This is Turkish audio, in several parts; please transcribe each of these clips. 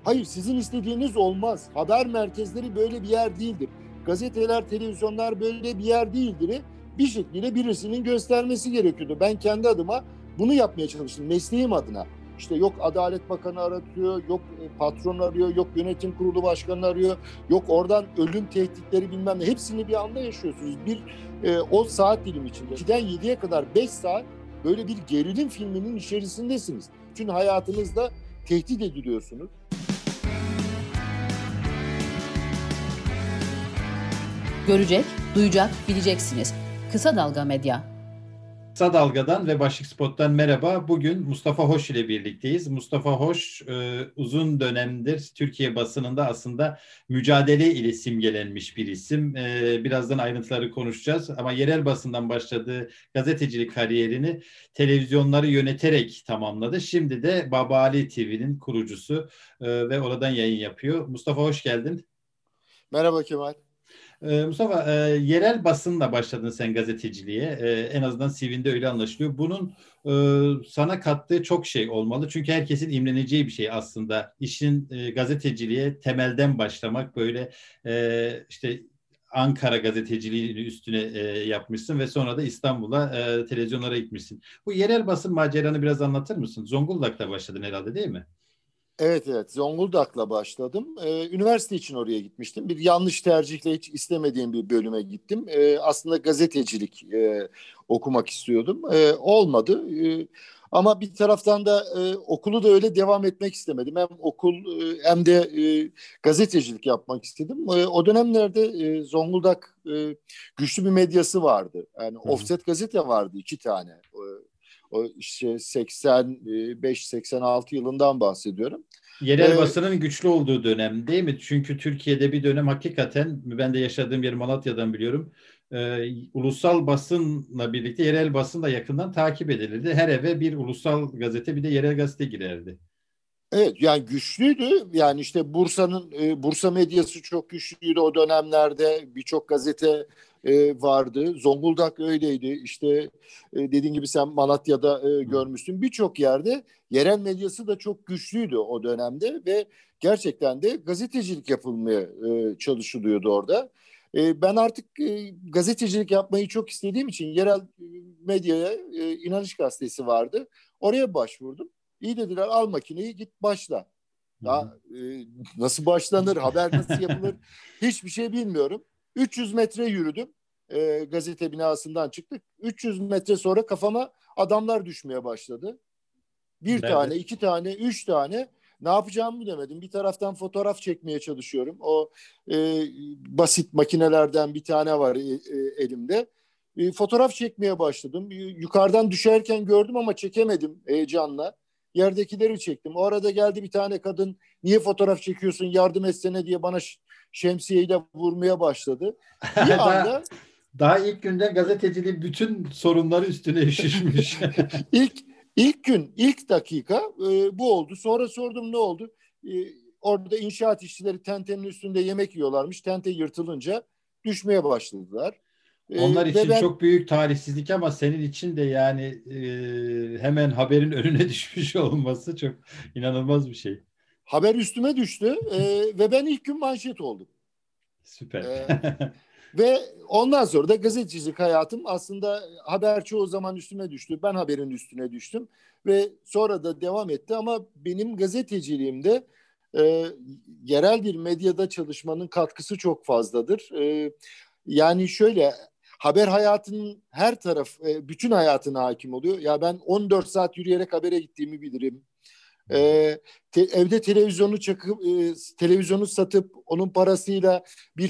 Hayır, sizin istediğiniz olmaz. Haber merkezleri böyle bir yer değildir. Gazeteler, televizyonlar böyle bir yer değildir. Bir şekilde birisinin göstermesi gerekiyordu. Ben kendi adıma bunu yapmaya çalıştım, mesleğim adına. İşte yok Adalet Bakanı aratıyor, yok patron arıyor, yok yönetim kurulu başkanı arıyor, yok oradan ölüm tehditleri bilmem ne. Hepsini bir anda yaşıyorsunuz. O saat dilimi içinde. 2'den 7'ye kadar 5 saat böyle bir gerilim filminin içerisindesiniz. Bütün hayatınızda tehdit ediliyorsunuz. Görecek, duyacak, bileceksiniz. Kısa Dalga Medya. Kısa Dalga'dan ve Başlık Spot'tan merhaba. Bugün Mustafa Hoş ile birlikteyiz. Mustafa Hoş uzun dönemdir Türkiye basınında aslında mücadele ile simgelenmiş bir isim. Birazdan ayrıntıları konuşacağız ama yerel basından başladığı gazetecilik kariyerini televizyonları yöneterek tamamladı. Şimdi de Babali TV'nin kurucusu ve oradan yayın yapıyor. Mustafa hoş geldin. Merhaba Kemal. Mustafa, yerel basınla başladın sen gazeteciliğe. En azından CV'nde öyle anlaşılıyor. Bunun sana kattığı çok şey olmalı. Çünkü herkesin imreneceği bir şey aslında. İşin gazeteciliğe temelden başlamak böyle işte Ankara gazeteciliği üstüne yapmışsın ve sonra da İstanbul'a televizyonlara gitmişsin. Bu yerel basın maceranı biraz anlatır mısın? Zonguldak'ta başladın herhalde değil mi? Evet, Zonguldak'la başladım. Üniversite için oraya gitmiştim. Bir yanlış tercihle hiç istemediğim bir bölüme gittim. Aslında gazetecilik okumak istiyordum. Olmadı. Ama bir taraftan da okulu da öyle devam etmek istemedim. Hem okul hem de gazetecilik yapmak istedim. O dönemlerde Zonguldak güçlü bir medyası vardı. Yani Offset gazete vardı 2 tane. O işte 85-86 yılından bahsediyorum. Yerel basının güçlü olduğu dönem değil mi? Çünkü Türkiye'de bir dönem hakikaten ben de yaşadığım yer Malatya'dan biliyorum. Ulusal basınla birlikte yerel basın da yakından takip edilirdi. Her eve bir ulusal gazete bir de yerel gazete girerdi. Evet, yani güçlüydü. Yani işte Bursa medyası çok güçlüydü o dönemlerde. Birçok gazete vardı. Zonguldak öyleydi. İşte dediğin gibi sen Malatya'da görmüşsün. Birçok yerde yerel medyası da çok güçlüydü o dönemde ve gerçekten de gazetecilik yapılmaya çalışılıyordu orada. Ben artık gazetecilik yapmayı çok istediğim için yerel medyaya İnanış Gazetesi vardı. Oraya başvurdum. İyi dediler, al makineyi git başla. Daha nasıl başlanır, haber nasıl yapılır hiçbir şey bilmiyorum. 300 metre yürüdüm. Gazete binasından çıktık. 300 metre sonra kafama adamlar düşmeye başladı. Bir tane, 2 tane, 3 tane. Ne yapacağımı bilemedim. Bir taraftan fotoğraf çekmeye çalışıyorum. O basit makinelerden bir tane var elimde. Fotoğraf çekmeye başladım. Yukarıdan düşerken gördüm ama çekemedim heyecanla. Yerdekileri çektim. O arada geldi bir tane kadın, niye fotoğraf çekiyorsun, yardım etsene diye bana şemsiyeyle vurmaya başladı. Bir anda daha ilk günden gazeteciliğin bütün sorunları üstüne üşüşmüş. İlk gün, ilk dakika bu oldu. Sonra sordum ne oldu? Orada inşaat işçileri tentenin üstünde yemek yiyorlarmış. Tente yırtılınca düşmeye başladılar. Onlar için çok büyük talihsizlik ama senin için de yani hemen haberin önüne düşmüş olması çok inanılmaz bir şey. Haber üstüme düştü ve ben ilk gün manşet oldum. Süper. Ve ondan sonra da gazetecilik hayatım aslında haber çoğu zaman üstüme düştü. Ben haberin üstüne düştüm ve sonra da devam etti ama benim gazeteciliğimde yerel bir medyada çalışmanın katkısı çok fazladır. Yani şöyle, haber hayatının her bütün hayatına hakim oluyor. Ya ben 14 saat yürüyerek habere gittiğimi bilirim. Evde televizyonu satıp onun parasıyla bir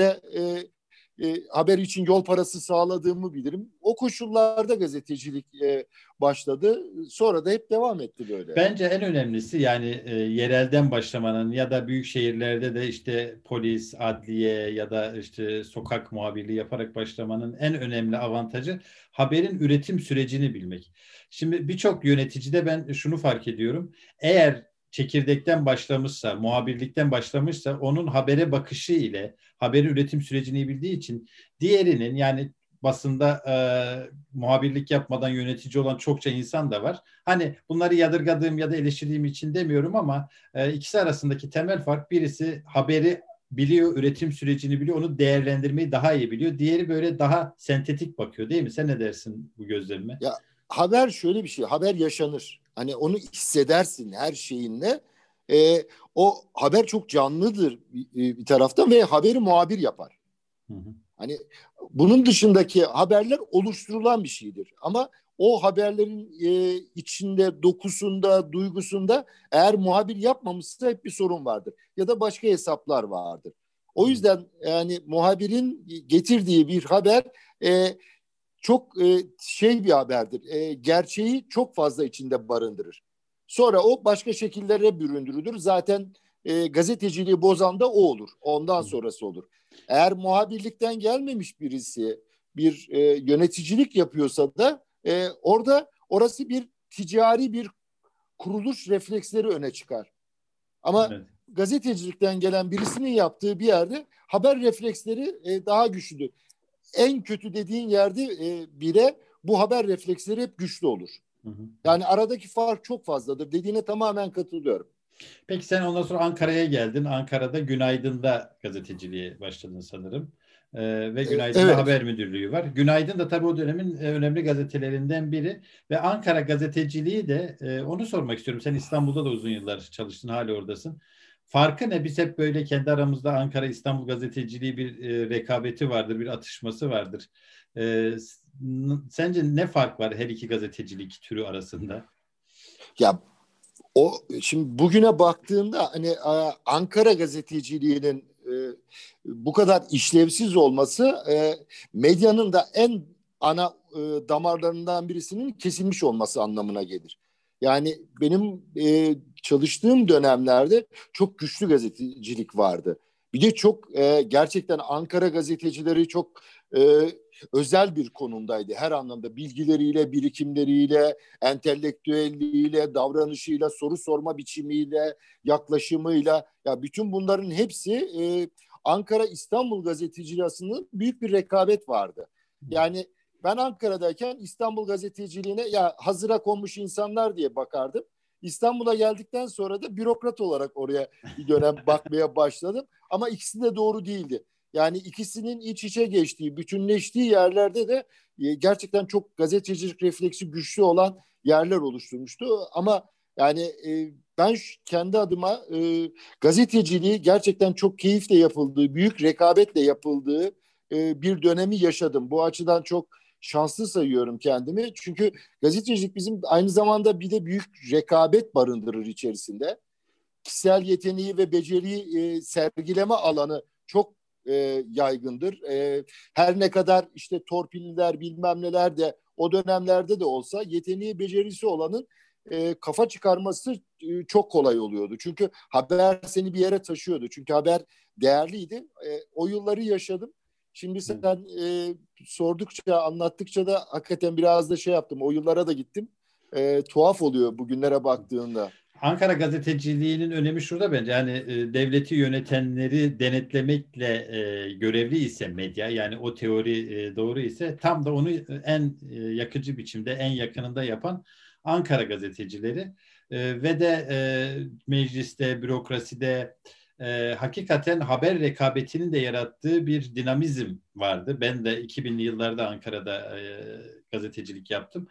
haber için yol parası sağladığımı bilirim. O koşullarda gazetecilik başladı. Sonra da hep devam etti böyle. Bence en önemlisi yani yerelden başlamanın ya da büyük şehirlerde de işte polis, adliye ya da işte sokak muhabirliği yaparak başlamanın en önemli avantajı haberin üretim sürecini bilmek. Şimdi birçok yöneticide ben şunu fark ediyorum. Eğer çekirdekten başlamışsa, muhabirlikten başlamışsa onun habere bakışı ile haberin üretim sürecini bildiği için diğerinin yani basında muhabirlik yapmadan yönetici olan çokça insan da var. Hani bunları yadırgadığım ya da eleştirdiğim için demiyorum ama ikisi arasındaki temel fark, birisi haberi biliyor, üretim sürecini biliyor, onu değerlendirmeyi daha iyi biliyor. Diğeri böyle daha sentetik bakıyor, değil mi? Sen ne dersin bu gözlemime? Ya haber şöyle bir şey, haber yaşanır. Hani onu hissedersin her şeyinle. O haber çok canlıdır bir taraftan ve haberi muhabir yapar. Hı hı. Hani bunun dışındaki haberler oluşturulan bir şeydir. Ama o haberlerin içinde, dokusunda, duygusunda eğer muhabir yapmamışsa hep bir sorun vardır. Ya da başka hesaplar vardır. O yüzden yani muhabirin getirdiği bir haber çok şey bir haberdir. Gerçeği çok fazla içinde barındırır. Sonra o başka şekillere büründürülür. Zaten gazeteciliği bozan da o olur. Ondan sonrası olur. Eğer muhabirlikten gelmemiş birisi bir yöneticilik yapıyorsa da orada orası bir ticari bir kuruluş refleksleri öne çıkar. Ama Evet. gazetecilikten gelen birisinin yaptığı bir yerde haber refleksleri daha güçlüdür. En kötü dediğin yerde bile bu haber refleksleri hep güçlü olur. Hı hı. Yani aradaki fark çok fazladır. Dediğine tamamen katılıyorum. Peki sen ondan sonra Ankara'ya geldin. Ankara'da Günaydın'da gazeteciliğe başladın sanırım. Ve Günaydın'da Evet. haber müdürlüğü var. Günaydın da tabii o dönemin önemli gazetelerinden biri. Ve Ankara gazeteciliği de onu sormak istiyorum. Sen İstanbul'da da uzun yıllar çalıştın, hala oradasın. Farkı ne? Biz hep böyle kendi aramızda Ankara-İstanbul gazeteciliği bir rekabeti vardır, bir atışması vardır. Sence ne fark var her iki gazetecilik türü arasında? Ya o şimdi bugüne baktığımda hani Ankara gazeteciliğinin bu kadar işlevsiz olması medyanın da en ana damarlarından birisinin kesilmiş olması anlamına gelir. Yani benim çalıştığım dönemlerde çok güçlü gazetecilik vardı. Bir de çok gerçekten Ankara gazetecileri çok özel bir konumdaydı. Her anlamda bilgileriyle, birikimleriyle, entelektüelliğiyle, davranışıyla, soru sorma biçimiyle, yaklaşımıyla, ya bütün bunların hepsi Ankara İstanbul gazeteciliği arasında büyük bir rekabet vardı. Yani ben Ankara'dayken İstanbul gazeteciliğine ya hazıra konmuş insanlar diye bakardım. İstanbul'a geldikten sonra da bürokrat olarak oraya bir dönem bakmaya başladım. Ama ikisi de doğru değildi. Yani ikisinin iç içe geçtiği, bütünleştiği yerlerde de gerçekten çok gazetecilik refleksi güçlü olan yerler oluşturmuştu. Ama yani ben kendi adıma gazeteciliği gerçekten çok keyifle yapıldığı, büyük rekabetle yapıldığı bir dönemi yaşadım. Bu açıdan çok şanslı sayıyorum kendimi. Çünkü gazetecilik bizim aynı zamanda bir de büyük rekabet barındırır içerisinde. Kişisel yeteneği ve beceriyi sergileme alanı çok yaygındır. Her ne kadar işte torpilliler bilmem neler de o dönemlerde de olsa yeteneği becerisi olanın kafa çıkarması çok kolay oluyordu. Çünkü haber seni bir yere taşıyordu. Çünkü haber değerliydi. O yılları yaşadım. Şimdi sen sordukça, anlattıkça da hakikaten biraz da şey yaptım. O yıllara da gittim. Tuhaf oluyor bugünlere baktığında. Ankara gazeteciliğinin önemi şurada bence. Yani devleti yönetenleri denetlemekle görevli ise medya, yani o teori doğru ise, tam da onu en yakıcı biçimde, en yakınında yapan Ankara gazetecileri. Ve de mecliste, bürokraside hakikaten haber rekabetinin de yarattığı bir dinamizm vardı. Ben de 2000'li yıllarda Ankara'da gazetecilik yaptım.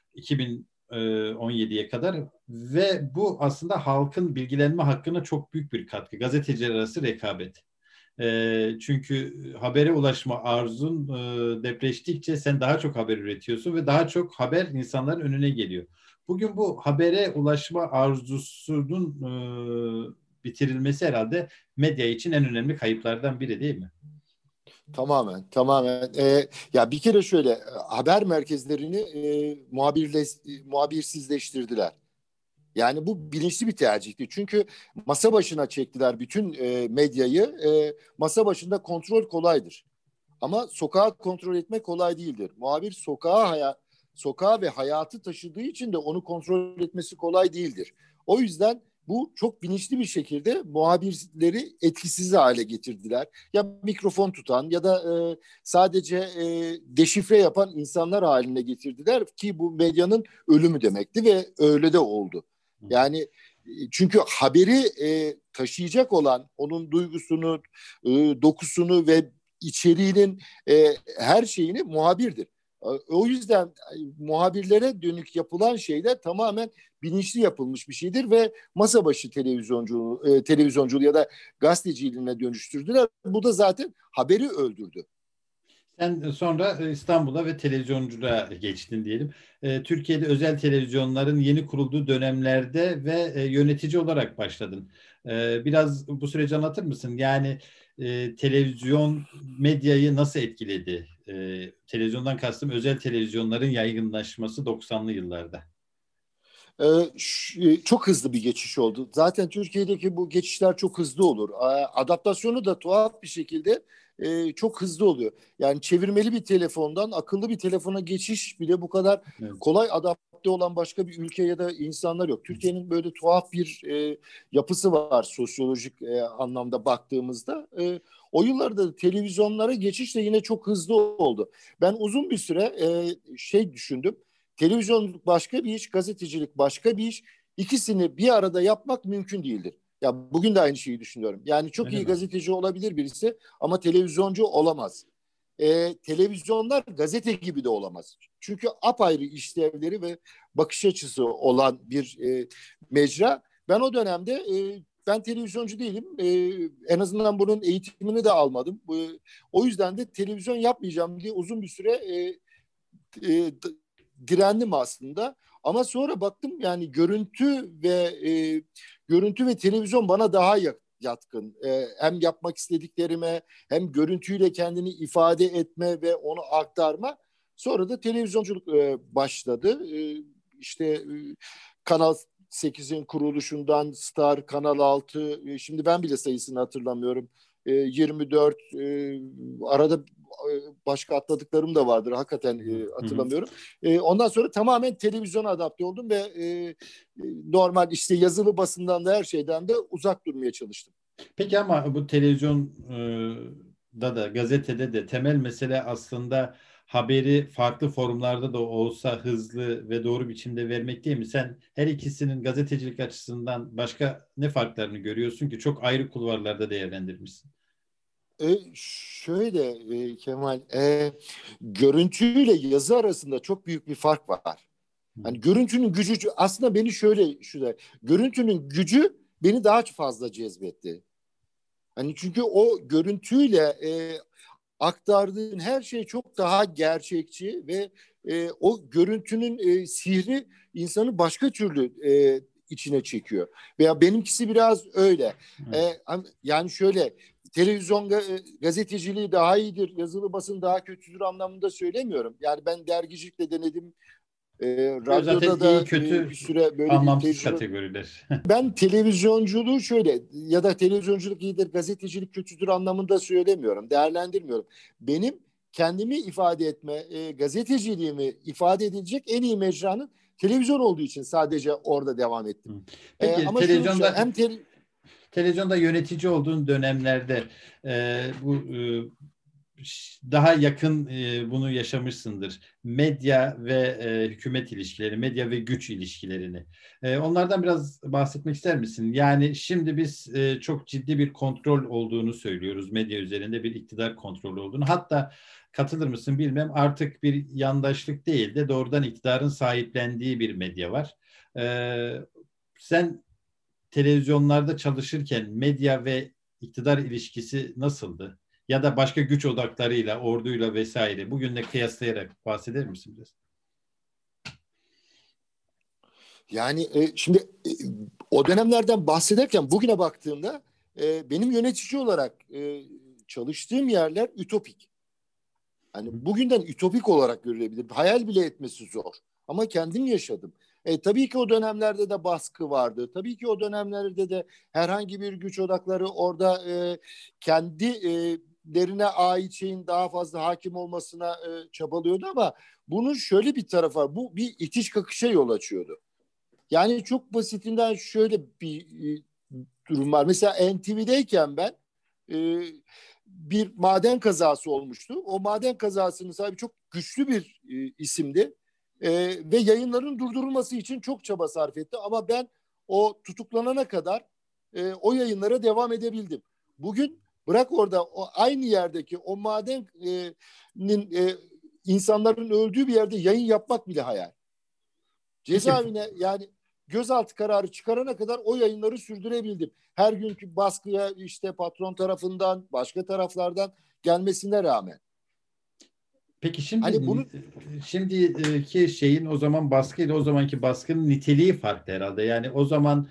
2017'ye kadar ve bu aslında halkın bilgilenme hakkına çok büyük bir katkı. Gazeteciler arası rekabet. Çünkü habere ulaşma arzun depreştikçe sen daha çok haber üretiyorsun ve daha çok haber insanların önüne geliyor. Bugün bu habere ulaşma arzusunun bitirilmesi herhalde medya için en önemli kayıplardan biri, değil mi? Tamamen. Ya bir kere şöyle haber merkezlerini muhabirsizleştirdiler. Yani bu bilinçli bir tercihti. Çünkü masa başına çektiler bütün medyayı. Masa başında kontrol kolaydır. Ama sokağı kontrol etmek kolay değildir. Muhabir sokağa ve hayatı taşıdığı için de onu kontrol etmesi kolay değildir. O yüzden bu çok bilinçli bir şekilde muhabirleri etkisiz hale getirdiler. Ya mikrofon tutan ya da sadece deşifre yapan insanlar haline getirdiler ki bu medyanın ölümü demekti ve öyle de oldu. Yani çünkü haberi taşıyacak olan onun duygusunu, dokusunu ve içeriğinin her şeyini muhabirdir. O yüzden muhabirlere dönük yapılan şeyler tamamen bilinçli yapılmış bir şeydir ve masa başı televizyonculuğu ya da gazeteciliğine dönüştürdüler. Bu da zaten haberi öldürdü. Sen sonra İstanbul'a ve televizyonculuğa geçtin diyelim. Türkiye'de özel televizyonların yeni kurulduğu dönemlerde ve yönetici olarak başladın. Biraz bu süreci anlatır mısın? Yani televizyon medyayı nasıl etkiledi? Televizyondan kastım özel televizyonların yaygınlaşması 90'lı yıllarda. Çok hızlı bir geçiş oldu. Zaten Türkiye'deki bu geçişler çok hızlı olur. Adaptasyonu da tuhaf bir şekilde çok hızlı oluyor. Yani çevirmeli bir telefondan akıllı bir telefona geçiş bile bu kadar kolay adapte olan başka bir ülke ya da insanlar yok. Türkiye'nin böyle tuhaf bir yapısı var sosyolojik anlamda baktığımızda. O yıllarda televizyonlara geçiş de yine çok hızlı oldu. Ben uzun bir süre düşündüm. Televizyonculuk başka bir iş, gazetecilik başka bir iş. İkisini bir arada yapmak mümkün değildir. Ya bugün de aynı şeyi düşünüyorum. Yani çok Öyle iyi mi? gazeteci olabilir birisi ama televizyoncu olamaz. Televizyonlar gazete gibi de olamaz. Çünkü apayrı işlevleri ve bakış açısı olan bir mecra. Ben o dönemde ben televizyoncu değilim. En azından bunun eğitimini de almadım. O yüzden de televizyon yapmayacağım diye uzun bir süre e, direndim aslında. Ama sonra baktım yani görüntü ve televizyon bana daha yatkın. Hem yapmak istediklerime hem görüntüyle kendini ifade etme ve onu aktarma. Sonra da televizyonculuk başladı. İşte Kanal 8'in kuruluşundan Star, Kanal 6, şimdi ben bile sayısını hatırlamıyorum. 24, arada başka atladıklarım da vardır. Hakikaten hatırlamıyorum. Ondan sonra tamamen televizyona adapte oldum ve normal işte yazılı basından da her şeyden de uzak durmaya çalıştım. Peki ama bu televizyonda da gazetede de temel mesele aslında haberi farklı formlarda da olsa hızlı ve doğru biçimde vermek değil mi? Sen her ikisinin gazetecilik açısından başka ne farklarını görüyorsun ki çok ayrı kulvarlarda değerlendirmişsin? Kemal, görüntüyle yazı arasında çok büyük bir fark var. Hani görüntünün gücü aslında beni görüntünün gücü beni daha fazla cezbetti. Hani çünkü o görüntüyle aktardığın her şey çok daha gerçekçi ve o görüntünün sihri insanı başka türlü içine çekiyor. Veya benimkisi biraz öyle. Yani şöyle televizyon gazeteciliği daha iyidir, yazılı basın daha kötüdür anlamında söylemiyorum. Yani ben dergicilik de denedim. Zaten Radyoda iyi da kötü bir süre böyle bir anlamsız tecrübe. kategoriler. Ben televizyonculuğu şöyle ya da televizyonculuk iyidir, gazetecilik kötüdür anlamında söylemiyorum, değerlendirmiyorum. Benim kendimi ifade etme, gazeteciliğimi ifade edilecek en iyi mecranın televizyon olduğu için sadece orada devam ettim. Peki Ama şunu hem televizyonda yönetici olduğun dönemlerde bu daha yakın bunu yaşamışsındır. Medya ve hükümet ilişkileri, medya ve güç ilişkilerini. Onlardan biraz bahsetmek ister misin? Yani şimdi biz çok ciddi bir kontrol olduğunu söylüyoruz. Medya üzerinde bir iktidar kontrolü olduğunu. Hatta katılır mısın bilmem artık bir yandaşlık değil de doğrudan iktidarın sahiplendiği bir medya var. Sen televizyonlarda çalışırken medya ve iktidar ilişkisi nasıldı? Ya da başka güç odaklarıyla, orduyla vesaire bugünle kıyaslayarak bahseder misin biraz? Yani şimdi o dönemlerden bahsederken bugüne baktığımda benim yönetici olarak çalıştığım yerler ütopik. Hani bugünden ütopik olarak görülebilir. Hayal bile etmesi zor. Ama kendim yaşadım. Tabii ki o dönemlerde de baskı vardı. Tabii ki o dönemlerde de herhangi bir güç odakları orada kendilerine ait şeyin daha fazla hakim olmasına çabalıyordu ama bunun şöyle bir tarafı var. Bu bir itiş kakışa yol açıyordu. Yani çok basitinden şöyle bir durum var. Mesela NTV'deyken ben bir maden kazası olmuştu. O maden kazasının sahibi çok güçlü bir isimdi. Ve yayınların durdurulması için çok çaba sarf etti. Ama ben o tutuklanana kadar o yayınlara devam edebildim. Bugün bırak orada o aynı yerdeki o madenin insanların öldüğü bir yerde yayın yapmak bile hayal. Cezaevine yani gözaltı kararı çıkarana kadar o yayınları sürdürebildim. Her günkü baskıya işte patron tarafından, başka taraflardan gelmesine rağmen. Peki şimdi hani bunu şimdiki şeyin o zaman baskıyla o zamanki baskının niteliği farklı herhalde. Yani o zaman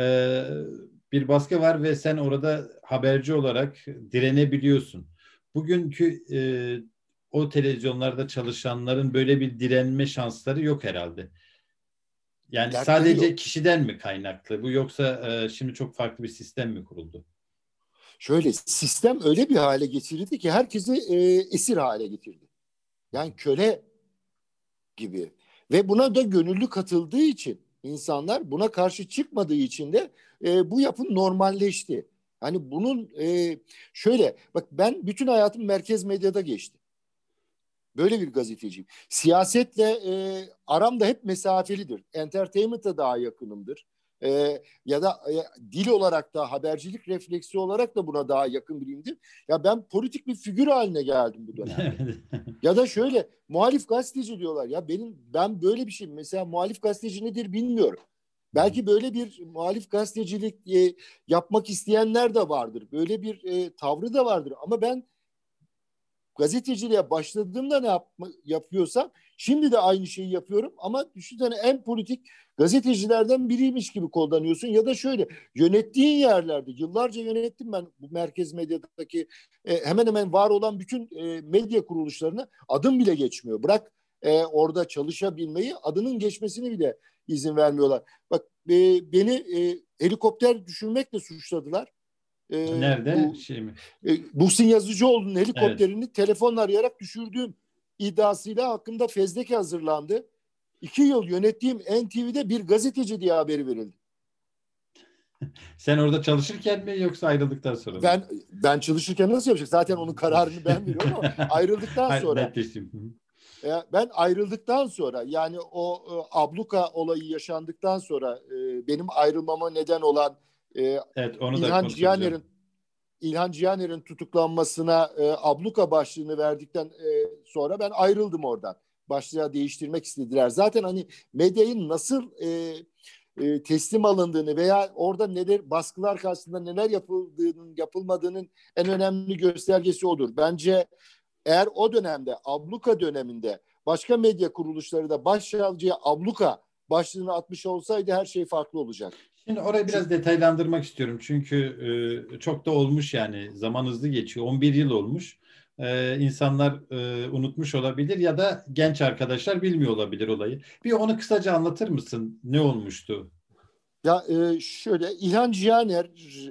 bir baskı var ve sen orada haberci olarak direnebiliyorsun. Bugünkü o televizyonlarda çalışanların böyle bir direnme şansları yok herhalde. Yani sadece yok. kişiden mi kaynaklı bu, yoksa şimdi çok farklı bir sistem mi kuruldu? Şöyle, sistem öyle bir hale getirildi ki herkesi esir hale getirdi. Yani köle gibi. Ve buna da gönüllü katıldığı için insanlar, buna karşı çıkmadığı için de bu yapı normalleşti. Hani bunun şöyle bak, ben bütün hayatım merkez medyada geçti. Böyle bir gazeteciyim. Siyasetle aram da hep mesafelidir. Entertainment'a daha yakınımdır. Ya da dil olarak da, habercilik refleksi olarak da buna daha yakın biriyimdir. Ya ben politik bir figür haline geldim bu dönemde. Ya da şöyle, muhalif gazeteci diyorlar. Ya ben böyle bir şey, mesela muhalif gazeteci nedir bilmiyorum. Belki böyle bir muhalif gazetecilik yapmak isteyenler de vardır. Böyle bir tavrı da vardır. Ama ben gazeteciliğe başladığımda ne yapıyorsam şimdi de aynı şeyi yapıyorum, ama düşünsene, en politik gazetecilerden biriymiş gibi kullanıyorsun. Ya da şöyle, yönettiğin yerlerde yıllarca yönettim ben bu merkez medyadaki hemen hemen var olan bütün medya kuruluşlarını, adım bile geçmiyor. Bırak orada çalışabilmeyi, adının geçmesini bile izin vermiyorlar. Bak beni helikopter düşürmekle suçladılar. Nerede? Şey mi? Muhsin Yazıcıoğlu'nun helikopterini Evet. telefonla arayarak düşürdüğüm iddiasıyla hakkında fezleke hazırlandı. 2 yıl yönettiğim NTV'de bir gazeteci diye haberi verildi. Sen orada çalışırken mi, yoksa ayrıldıktan sonra mı? Ben çalışırken nasıl yapacak? Zaten onun kararını ben veriyorum, ama ayrıldıktan sonra. Netleştim. Ben ayrıldıktan sonra, yani o abluka olayı yaşandıktan sonra benim ayrılmama neden olan Evet, onu da İlhan konuşacağım. Cihaner'in tutuklanmasına abluka başlığını verdikten sonra ben ayrıldım oradan. Başlığı değiştirmek istediler. Zaten hani medyayı nasıl teslim alındığını veya orada neler, baskılar karşısında neler yapıldığının, yapılmadığının en önemli göstergesi odur. Bence eğer o dönemde, abluka döneminde, başka medya kuruluşları da başsavcıya abluka başlığını atmış olsaydı her şey farklı olacak. Şimdi orayı biraz detaylandırmak istiyorum. Çünkü çok da olmuş yani. Zaman hızlı geçiyor. 11 yıl olmuş. İnsanlar unutmuş olabilir ya da genç arkadaşlar bilmiyor olabilir olayı. Bir onu kısaca anlatır mısın? Ne olmuştu? Ya şöyle, İlhan Cihaner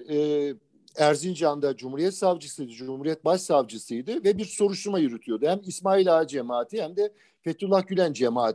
Erzincan'da Cumhuriyet Savcısıydı, Cumhuriyet Başsavcısıydı ve bir soruşturma yürütüyordu. Hem İsmail Ağa cemaati hem de Fethullah Gülen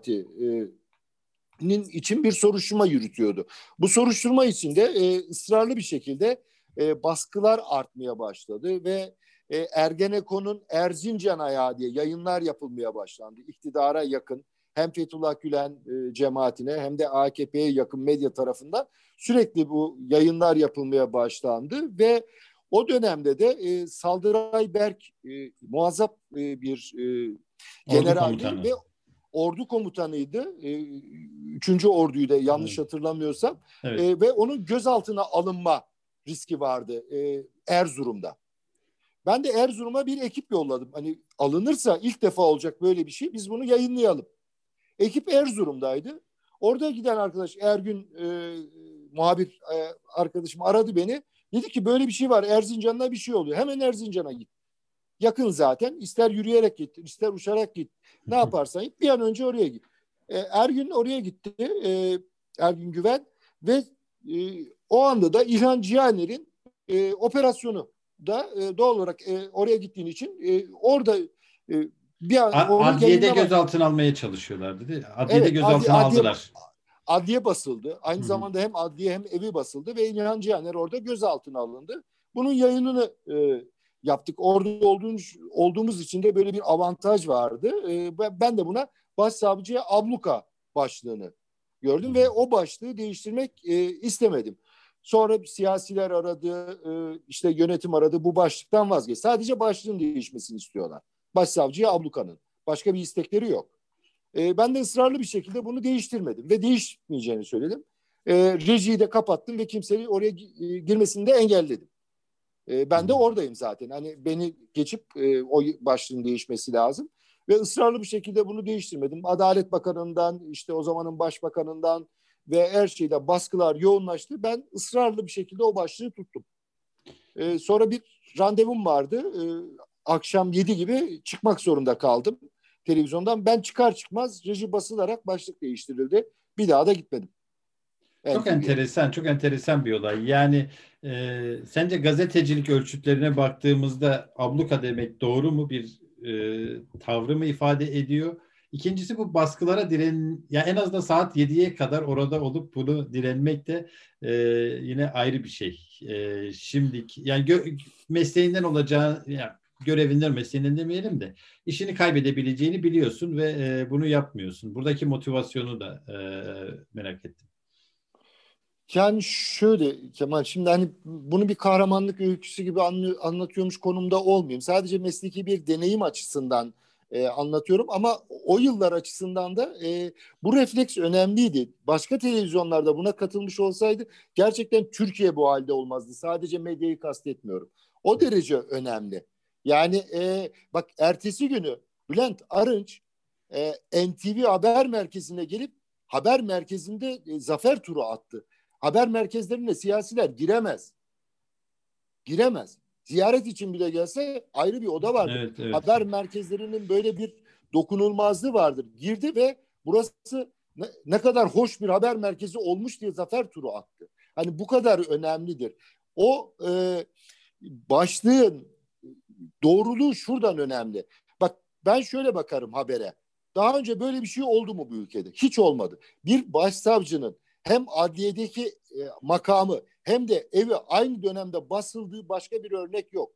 cemaatinin için bir soruşturma yürütüyordu. Bu soruşturma içinde ısrarlı bir şekilde baskılar artmaya başladı ve Ergenekon'un Erzincan ayağı diye yayınlar yapılmaya başlandı. İktidara yakın, hem Fethullah Gülen cemaatine hem de AKP'ye yakın medya tarafından sürekli bu yayınlar yapılmaya başlandı ve o dönemde de Saldıray Berk muazzap bir generaldi ve ordu komutanıydı. 3. orduyu da yanlış hatırlamıyorsam. Evet. Ve onun gözaltına alınma riski vardı Erzurum'da. Ben de Erzurum'a bir ekip yolladım. Hani alınırsa ilk defa olacak böyle bir şey, biz bunu yayınlayalım. Ekip Erzurum'daydı. Orada giden arkadaş Ergün muhabir arkadaşım aradı beni. Dedi ki böyle bir şey var, Erzincan'da bir şey oluyor. Hemen Erzincan'a git. Yakın zaten. İster yürüyerek git, ister uçarak git. Ne yaparsan git. Bir an önce oraya git. Ergün oraya gitti. Ergün Güven ve o anda da İlhan Cihaner'in operasyonu da doğal olarak oraya gittiğin için orada bir an onu Adliyede gözaltına almaya çalışıyorlardı değil mi? Adliyede evet, gözaltına aldılar. adliye basıldı. Aynı Hı hı. zamanda hem adliye hem evi basıldı ve İlhan Cihaner orada gözaltına alındı. Bunun yayınını yaptık. Orada olduğumuz için de böyle bir avantaj vardı. Ben de buna başsavcıya abluka başlığını gördüm ve o başlığı değiştirmek istemedim. Sonra siyasiler aradı, işte yönetim aradı, bu başlıktan vazgeç. Sadece başlığın değişmesini istiyorlar. Başsavcıya ablukanın. Başka bir istekleri yok. Ben de ısrarlı bir şekilde bunu değiştirmedim ve değişmeyeceğini söyledim. Rejiyi de kapattım ve kimsenin oraya girmesini de engelledim. Ben de oradayım zaten. Hani beni geçip o başlığın değişmesi lazım. Ve ısrarlı bir şekilde bunu değiştirmedim. Adalet Bakanı'ndan, işte o zamanın Başbakanı'ndan ve her şeyde baskılar yoğunlaştı. Ben ısrarlı bir şekilde o başlığı tuttum. Sonra bir randevum vardı. Akşam 7 gibi çıkmak zorunda kaldım televizyondan. Ben çıkar çıkmaz reji basılarak başlık değiştirildi. Bir daha da gitmedim. Çok NTV'ye. enteresan, çok enteresan bir olay. Yani sence gazetecilik ölçütlerine baktığımızda abluka demek doğru mu, bir tavrı mı ifade ediyor? İkincisi, bu baskılara ya en azından saat 7'ye kadar orada olup bunu direnmek de yine ayrı bir şey. Şimdiki yani mesleğinden olacağı, yani görevinden, mesleğinden demeyelim de, işini kaybedebileceğini biliyorsun ve bunu yapmıyorsun. Buradaki motivasyonu da merak ettim. Yani şöyle Kemal, şimdi hani bunu bir kahramanlık öyküsü gibi anlatıyormuş konumda olmayayım. Sadece mesleki bir deneyim açısından anlatıyorum ama o yıllar açısından da bu refleks önemliydi. Başka televizyonlarda buna katılmış olsaydı gerçekten Türkiye bu halde olmazdı. Sadece medyayı kastetmiyorum. O derece önemli. Yani bak, ertesi günü Bülent Arınç NTV haber merkezine gelip haber merkezinde zafer turu attı. Haber merkezlerine siyasiler giremez. Giremez. Ziyaret için bile gelse ayrı bir oda vardır. Evet, evet. Haber merkezlerinin böyle bir dokunulmazlığı vardır. Girdi ve burası ne kadar hoş bir haber merkezi olmuş diye zafer turu attı. Hani bu kadar önemlidir. O başlığın doğruluğu şuradan önemli. Bak, ben şöyle bakarım habere. Daha önce böyle bir şey oldu mu bu ülkede? Hiç olmadı. Bir başsavcının hem adliyedeki makamı hem de evi aynı dönemde basıldığı başka bir örnek yok.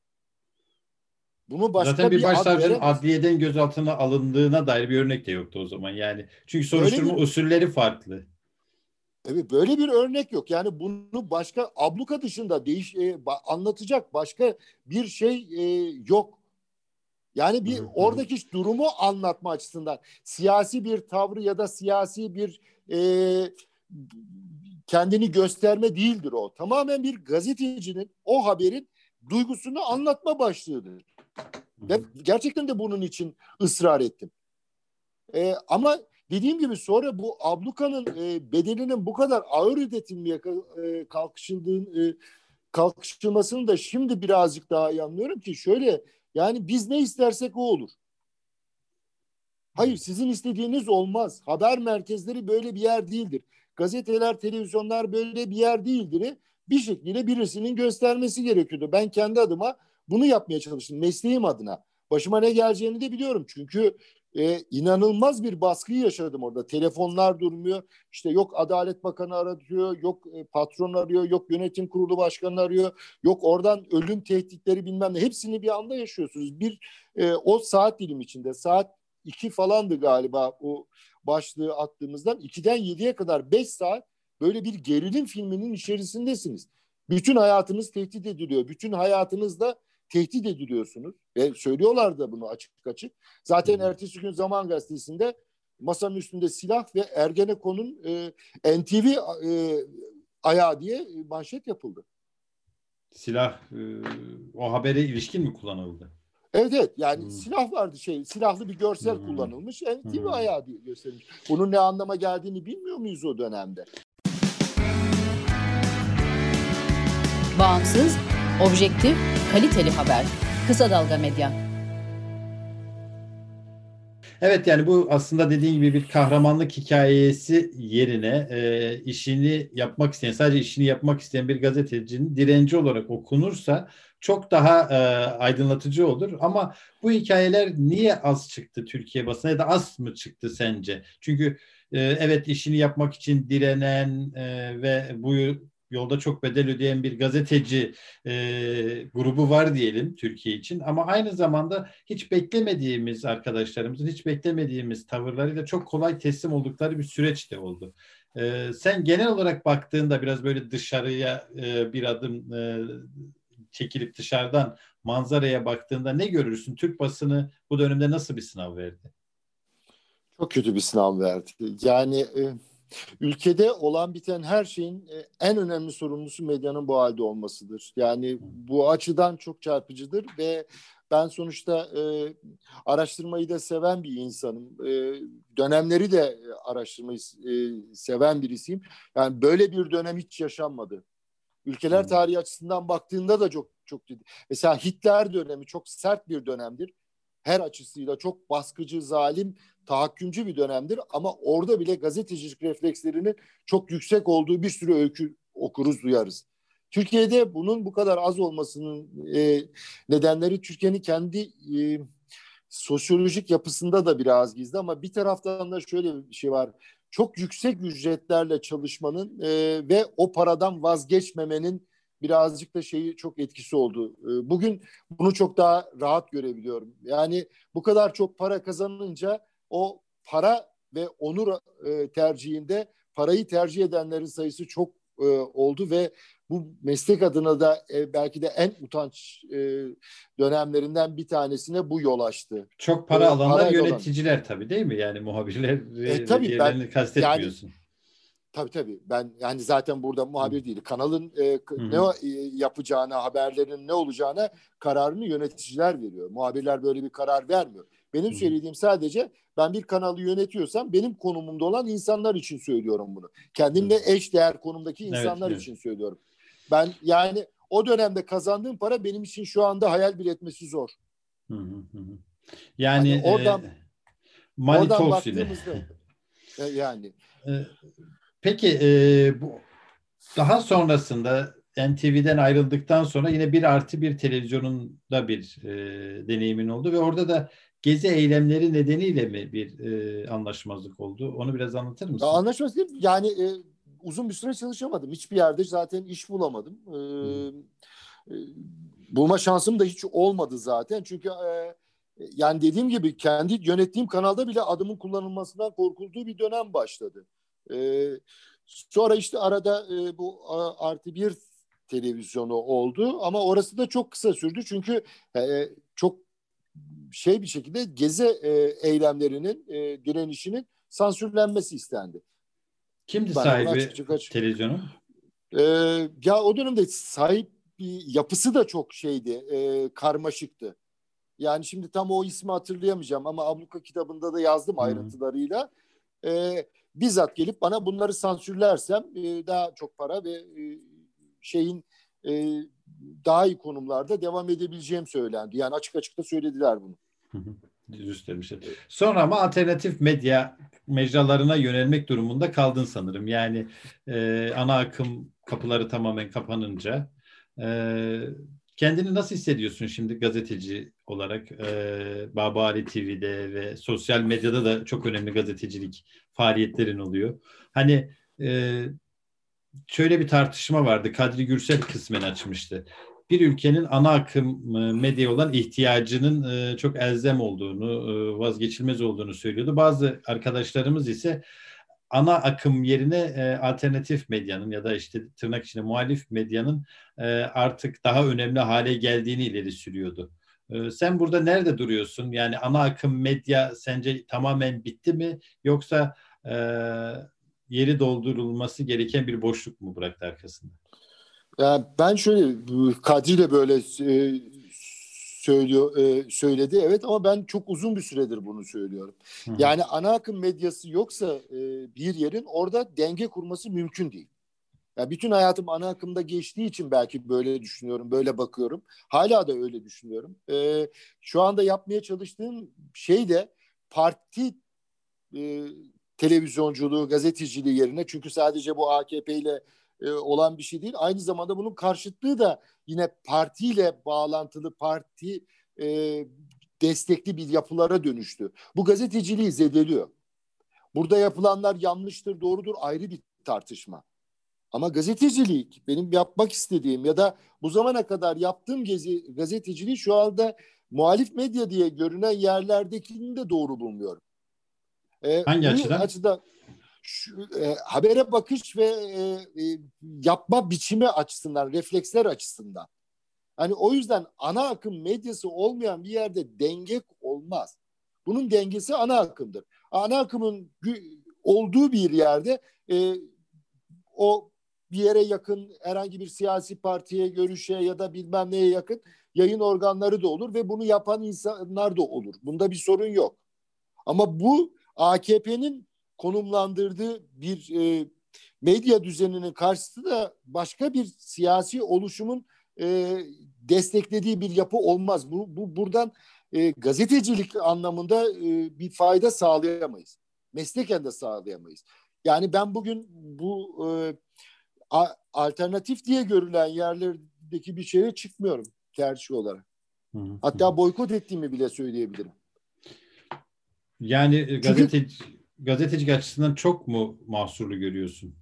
Bunu başka Zaten bir bir ad başsavcının veremez. adliyeden gözaltına alındığına dair bir örnek de yoktu o zaman yani. Çünkü Böyle soruşturma bir usulleri farklı. Evet, böyle bir örnek yok. Yani bunu başka abluka dışında anlatacak başka bir şey yok. Yani bir oradaki durumu anlatma açısından siyasi bir tavrı ya da siyasi bir e, kendini gösterme değildir o. Tamamen bir gazetecinin o haberin duygusunu anlatma başlığıdır. Ve gerçekten de bunun için ısrar ettim. Ama dediğim gibi sonra bu ablukanın bedelinin bu kadar ağır ödetilmeye kalkışılmasını da şimdi birazcık daha iyi anlıyorum ki şöyle, yani biz ne istersek o olur. Hayır, sizin istediğiniz olmaz. Haber merkezleri böyle bir yer değildir. Gazeteler, televizyonlar böyle bir yer değildir. Bir şekilde birisinin göstermesi gerekiyordu. Ben kendi adıma bunu yapmaya çalıştım. Mesleğim adına. Başıma ne geleceğini de biliyorum. Çünkü inanılmaz bir baskıyı yaşadım orada. Telefonlar durmuyor. İşte yok Adalet Bakanı aratıyor, yok patron arıyor, yok yönetim kurulu başkanı arıyor, yok oradan ölüm tehditleri bilmem ne. Hepsini bir anda yaşıyorsunuz. O saat dilim içinde, saat 2 falandı galiba o başlığı attığımızdan, 2'den 7'ye kadar 5 saat böyle bir gerilim filminin içerisindesiniz. Bütün hayatınız tehdit ediliyor. Bütün hayatınızda tehdit ediliyorsunuz. Ve söylüyorlar da bunu açık açık. Zaten ertesi gün Zaman Gazetesi'nde masanın üstünde silah ve Ergenekon'un NTV ayağı diye manşet yapıldı. Silah o habere ilişkin mi kullanıldı? Evet, yani silah vardı, silahlı bir görsel kullanılmış. NTV ayağı diye gösterilmiş. Bunun ne anlama geldiğini bilmiyor muyuz o dönemde? Bağımsız, objektif, kaliteli haber. Kısa Dalga Medya. Evet, yani bu aslında dediğin gibi bir kahramanlık hikayesi yerine işini yapmak isteyen, sadece işini yapmak isteyen bir gazetecinin direnci olarak okunursa çok daha aydınlatıcı olur. Ama bu hikayeler niye az çıktı Türkiye basına, ya da az mı çıktı sence? Çünkü evet, işini yapmak için direnen ve bu yolda çok bedel ödeyen bir gazeteci grubu var diyelim Türkiye için. Ama aynı zamanda hiç beklemediğimiz arkadaşlarımızın hiç beklemediğimiz tavırlarıyla çok kolay teslim oldukları bir süreç de oldu. Sen genel olarak baktığında biraz böyle dışarıya bir adım çekilip dışarıdan manzaraya baktığında ne görürsün? Türk basını bu dönemde nasıl bir sınav verdi? Çok kötü bir sınav verdi. Yani ülkede olan biten her şeyin en önemli sorumlusu medyanın bu halde olmasıdır. Yani bu açıdan çok çarpıcıdır ve ben sonuçta araştırmayı da seven bir insanım. Dönemleri de araştırmayı seven birisiyim. Yani böyle bir dönem hiç yaşanmadı. Ülkeler tarihi açısından baktığında da çok çok ciddi. Mesela Hitler dönemi çok sert bir dönemdir. Her açısıyla çok baskıcı, zalim, tahakkümcü bir dönemdir. Ama orada bile gazetecilik reflekslerinin çok yüksek olduğu bir sürü öykü okuruz, duyarız. Türkiye'de bunun bu kadar az olmasının nedenleri Türkiye'nin kendi sosyolojik yapısında da biraz gizli. Ama bir taraftan da şöyle bir şey var. Çok yüksek ücretlerle çalışmanın ve o paradan vazgeçmemenin birazcık da şeyi çok etkisi oldu. Bugün bunu çok daha rahat görebiliyorum. Yani bu kadar çok para kazanınca o para ve onur tercihinde parayı tercih edenlerin sayısı çok oldu ve bu meslek adına da belki de en utanç dönemlerinden bir tanesine bu yol açtı. Çok para alanlar yöneticiler olan. Tabii değil mi? Yani muhabirler ve Tabii diğerlerini kastetmiyorsun. Yani tabii ben yani zaten burada muhabir değil. Kanalın ne yapacağına, haberlerin ne olacağına kararını yöneticiler veriyor. Muhabirler böyle bir karar vermiyor. Benim söylediğim sadece ben bir kanalı yönetiyorsam benim konumumda olan insanlar için söylüyorum bunu. Kendimle eş değer konumdaki insanlar için söylüyorum. Ben yani o dönemde kazandığım para benim için şu anda hayal bile etmesi zor. Yani hani oradan baktığımızda yani. Peki bu daha sonrasında NTV'den ayrıldıktan sonra yine 1+1 televizyonunda bir deneyimin oldu ve orada da gezi eylemleri nedeniyle mi bir anlaşmazlık oldu? Onu biraz anlatır mısın? Anlaşmazlık değil. Yani uzun bir süre çalışamadım. Hiçbir yerde zaten iş bulamadım. Bulma şansım da hiç olmadı zaten. Çünkü yani dediğim gibi kendi yönettiğim kanalda bile adımın kullanılmasından korkulduğu bir dönem başladı. Sonra işte arada bu +1 televizyonu oldu ama orası da çok kısa sürdü çünkü çok bir şekilde gezi eylemlerinin direnişinin sansürlenmesi istendi. Kimdi sahibi televizyonun? Ya o dönemde sahip bir yapısı da çok karmaşıktı. Yani şimdi tam o ismi hatırlayamayacağım ama Abluka kitabında da yazdım ayrıntılarıyla. Bizzat gelip bana bunları sansürlersem daha çok para ve daha iyi konumlarda devam edebileceğim söylendi. Yani açık açık da söylediler bunu. Sonra ama alternatif medya mecralarına yönelmek durumunda kaldın sanırım. Yani ana akım kapıları tamamen kapanınca kendini nasıl hissediyorsun şimdi gazeteci olarak? Baba Ali TV'de ve sosyal medyada da çok önemli gazetecilik faaliyetlerin oluyor. Hani şöyle bir tartışma vardı. Kadri Gürsel kısmen açmıştı. Bir ülkenin ana akım medya olan ihtiyacının çok elzem olduğunu, vazgeçilmez olduğunu söylüyordu. Bazı arkadaşlarımız ise ana akım yerine alternatif medyanın ya da işte tırnak içinde muhalif medyanın artık daha önemli hale geldiğini ileri sürüyordu. Sen burada nerede duruyorsun? Yani ana akım medya sence tamamen bitti mi? Yoksa yeri doldurulması gereken bir boşluk mu bıraktı arkasında? Yani ben Kadri de böyle söyledi evet ama ben çok uzun bir süredir bunu söylüyorum. Yani ana akım medyası yoksa bir yerin orada denge kurması mümkün değil. Yani bütün hayatım ana akımda geçtiği için belki böyle düşünüyorum, böyle bakıyorum. Hala da öyle düşünüyorum. Şu anda yapmaya çalıştığım şey de parti televizyonculuğu, gazeteciliği yerine çünkü sadece bu AKP ile olan bir şey değil. Aynı zamanda bunun karşıtlığı da yine partiyle bağlantılı, parti destekli bir yapılara dönüştü. Bu gazeteciliği zedeliyor. Burada yapılanlar yanlıştır, doğrudur ayrı bir tartışma. Ama gazetecilik benim yapmak istediğim ya da bu zamana kadar yaptığım gazeteciliği şu anda muhalif medya diye görünen yerlerdekini de doğru bulmuyorum. Hangi Bu açıdan? açıdan habere bakış ve yapma biçimi açısından, refleksler açısından. Hani o yüzden ana akım medyası olmayan bir yerde denge olmaz. Bunun dengesi ana akımdır. Ana akımın olduğu bir yerde o bir yere yakın herhangi bir siyasi partiye, görüşe ya da bilmem neye yakın yayın organları da olur ve bunu yapan insanlar da olur. Bunda bir sorun yok. Ama bu AKP'nin konumlandırdığı bir medya düzeninin karşısında da başka bir siyasi oluşumun desteklediği bir yapı olmaz. Buradan gazetecilik anlamında bir fayda sağlayamayız. Mesleken de sağlayamayız. Yani ben bugün bu alternatif diye görülen yerlerdeki bir şeye çıkmıyorum tercih olarak. Hatta boykot ettiğimi bile söyleyebilirim. Yani gazetecilik açısından çok mu mahsurlu görüyorsun?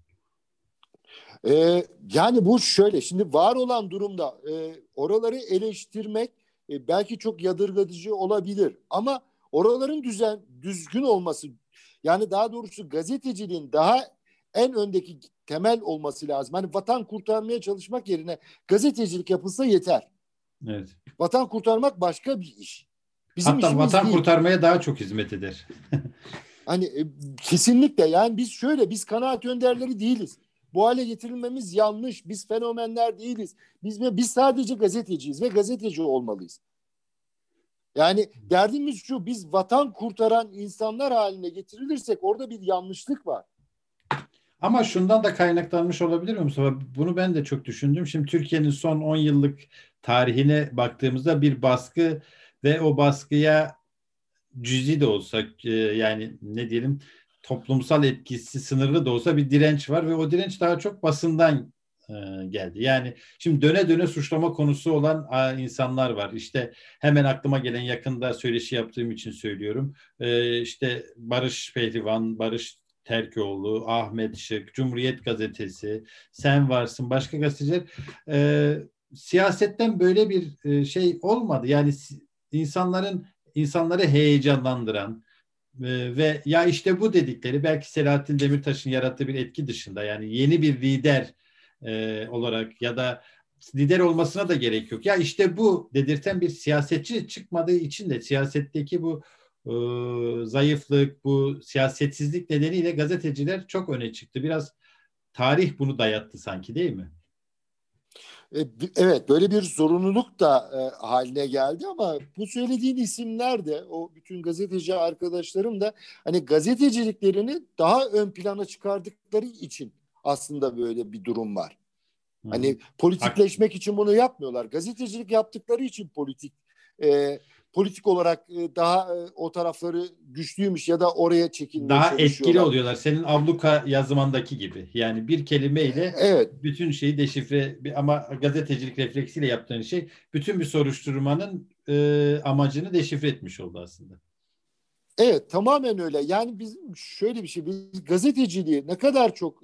Yani bu şöyle, şimdi var olan durumda oraları eleştirmek belki çok yadırgatıcı olabilir ama oraların düzgün olması, yani daha doğrusu gazeteciliğin daha en öndeki temel olması lazım. Hani vatan kurtarmaya çalışmak yerine gazetecilik yapılsa yeter. Evet. Vatan kurtarmak başka bir iş. Bizim Hatta işimiz vatan değil. kurtarmaya daha çok hizmet eder. Hani kesinlikle, yani biz kanaat önderleri değiliz. Bu hale getirilmemiz yanlış. Biz fenomenler değiliz. Biz sadece gazeteciyiz ve gazeteci olmalıyız. Yani derdimiz şu: biz vatan kurtaran insanlar haline getirilirsek orada bir yanlışlık var. Ama şundan da kaynaklanmış olabilir mi Mustafa? Bunu ben de çok düşündüm. Şimdi Türkiye'nin son 10 yıllık tarihine baktığımızda bir baskı ve o baskıya cüzi de olsa yani ne diyelim, toplumsal etkisi sınırlı da olsa bir direnç var ve o direnç daha çok basından geldi. Yani şimdi döne döne suçlama konusu olan insanlar var. İşte hemen aklıma gelen, yakında söyleşi yaptığım için söylüyorum. İşte Barış Pehlivan, Barış Terkoğlu, Ahmet Şık, Cumhuriyet Gazetesi, Sen Varsın, başka gazeteciler. Siyasetten böyle bir şey olmadı. Yani insanları heyecanlandıran ve ya işte bu dedikleri, belki Selahattin Demirtaş'ın yarattığı bir etki dışında, yani yeni bir lider olarak ya da lider olmasına da gerek yok. Ya işte bu dedirten bir siyasetçi çıkmadığı için de siyasetteki bu zayıflık, bu siyasetsizlik nedeniyle gazeteciler çok öne çıktı. Biraz tarih bunu dayattı sanki, değil mi? Evet, böyle bir zorunluluk da haline geldi ama bu söylediğin isimler de, o bütün gazeteci arkadaşlarım da hani gazeteciliklerini daha ön plana çıkardıkları için aslında böyle bir durum var. Hani politikleşmek için bunu yapmıyorlar. Gazetecilik yaptıkları için politik olarak daha o tarafları güçlüymüş ya da oraya çekilmeye daha çalışıyorlar. etkili oluyorlar. Senin abluka yazmandaki gibi. Yani bir kelimeyle bütün şeyi deşifre, ama gazetecilik refleksiyle yaptığın şey bütün bir soruşturmanın amacını deşifre etmiş oldu aslında. Evet, tamamen öyle. Yani bizim şöyle bir şey, biz gazeteciliği ne kadar çok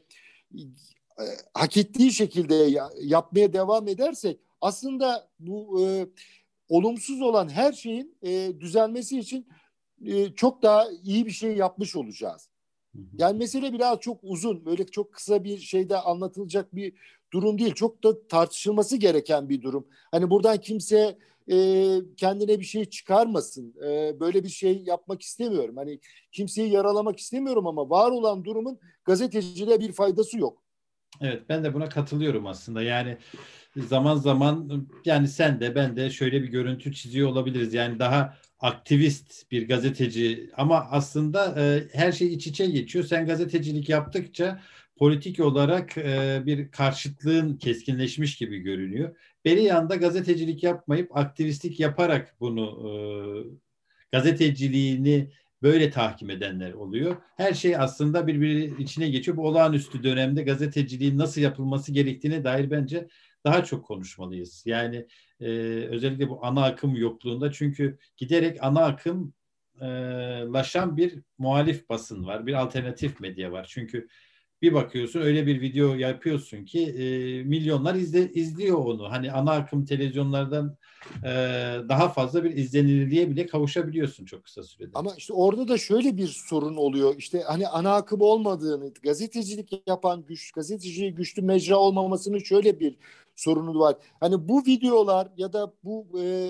hak ettiği şekilde yapmaya devam edersek aslında bu olumsuz olan her şeyin düzelmesi için çok daha iyi bir şey yapmış olacağız. Yani mesele biraz çok uzun, böyle çok kısa bir şeyde anlatılacak bir durum değil. Çok da tartışılması gereken bir durum. Hani buradan kimse kendine bir şey çıkarmasın. Böyle bir şey yapmak istemiyorum. Hani kimseyi yaralamak istemiyorum ama var olan durumun gazeteciliğe bir faydası yok. Evet, ben de buna katılıyorum aslında. Yani zaman zaman, yani sen de ben de şöyle bir görüntü çiziyor olabiliriz. Yani daha aktivist bir gazeteci ama aslında her şey iç içe geçiyor. Sen gazetecilik yaptıkça politik olarak bir karşıtlığın keskinleşmiş gibi görünüyor. Beri yanda gazetecilik yapmayıp aktivistlik yaparak bunu gazeteciliğini böyle tahkim edenler oluyor. Her şey aslında birbiri içine geçiyor. Bu olağanüstü dönemde gazeteciliğin nasıl yapılması gerektiğine dair bence daha çok konuşmalıyız. Yani özellikle bu ana akım yokluğunda, çünkü giderek ana akım yaygınlaşan bir muhalif basın var, bir alternatif medya var. Çünkü bir bakıyorsun öyle bir video yapıyorsun ki milyonlar izliyor onu. Hani ana akım televizyonlardan daha fazla bir izlenirliğe bile kavuşabiliyorsun çok kısa sürede. Ama işte orada da şöyle bir sorun oluyor. İşte hani ana akım olmadığını, gazetecilik yapan gazeteciliği güçlü mecra olmamasının şöyle bir sorunu var. Hani bu videolar ya da bu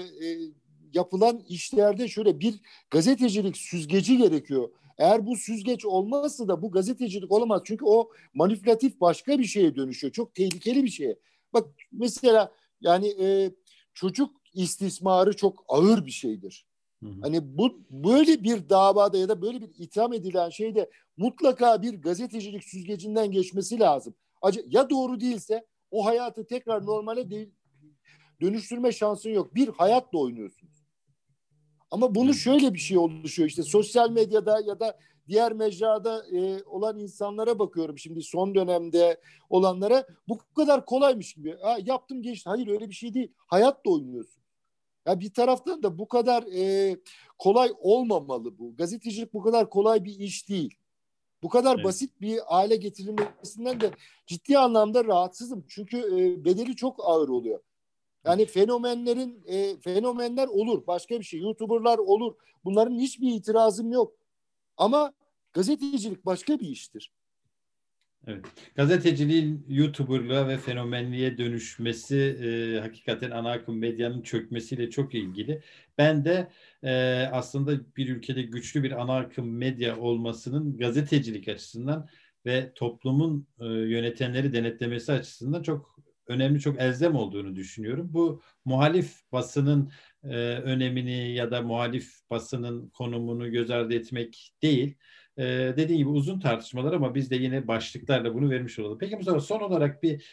yapılan işlerde şöyle bir gazetecilik süzgeci gerekiyor. Eğer bu süzgeç olmazsa da bu gazetecilik olamaz. Çünkü o manipülatif başka bir şeye dönüşüyor. Çok tehlikeli bir şeye. Bak mesela yani çocuk istismarı çok ağır bir şeydir. Hani bu böyle bir davada ya da böyle bir itham edilen şeyde mutlaka bir gazetecilik süzgecinden geçmesi lazım. Ya doğru değilse o hayatı tekrar normale dönüştürme şansın yok. Bir hayatla oynuyorsunuz. Ama bunu şöyle bir şey oluşuyor. İşte sosyal medyada ya da diğer mecrada olan insanlara bakıyorum şimdi son dönemde olanlara. Bu kadar kolaymış gibi. Ha, yaptım geçti. Hayır öyle bir şey değil. Hayatla oynuyorsun. Ya bir taraftan da bu kadar kolay olmamalı bu. Gazetecilik bu kadar kolay bir iş değil. Bu kadar basit bir hale getirilmesinden de ciddi anlamda rahatsızım. Çünkü bedeli çok ağır oluyor. Yani fenomenler olur. Başka bir şey. YouTuber'lar olur. Bunların hiçbir itirazım yok. Ama gazetecilik başka bir iştir. Evet. Gazeteciliğin YouTuber'lığa ve fenomenliğe dönüşmesi hakikaten ana akım medyanın çökmesiyle çok ilgili. Ben de aslında bir ülkede güçlü bir ana akım medya olmasının gazetecilik açısından ve toplumun yönetenleri denetlemesi açısından çok önemli, çok elzem olduğunu düşünüyorum. Bu muhalif basının önemini ya da muhalif basının konumunu göz ardı etmek değil. Dediğim gibi uzun tartışmalar ama biz de yine başlıklarla bunu vermiş olalım. Peki Mustafa son olarak bir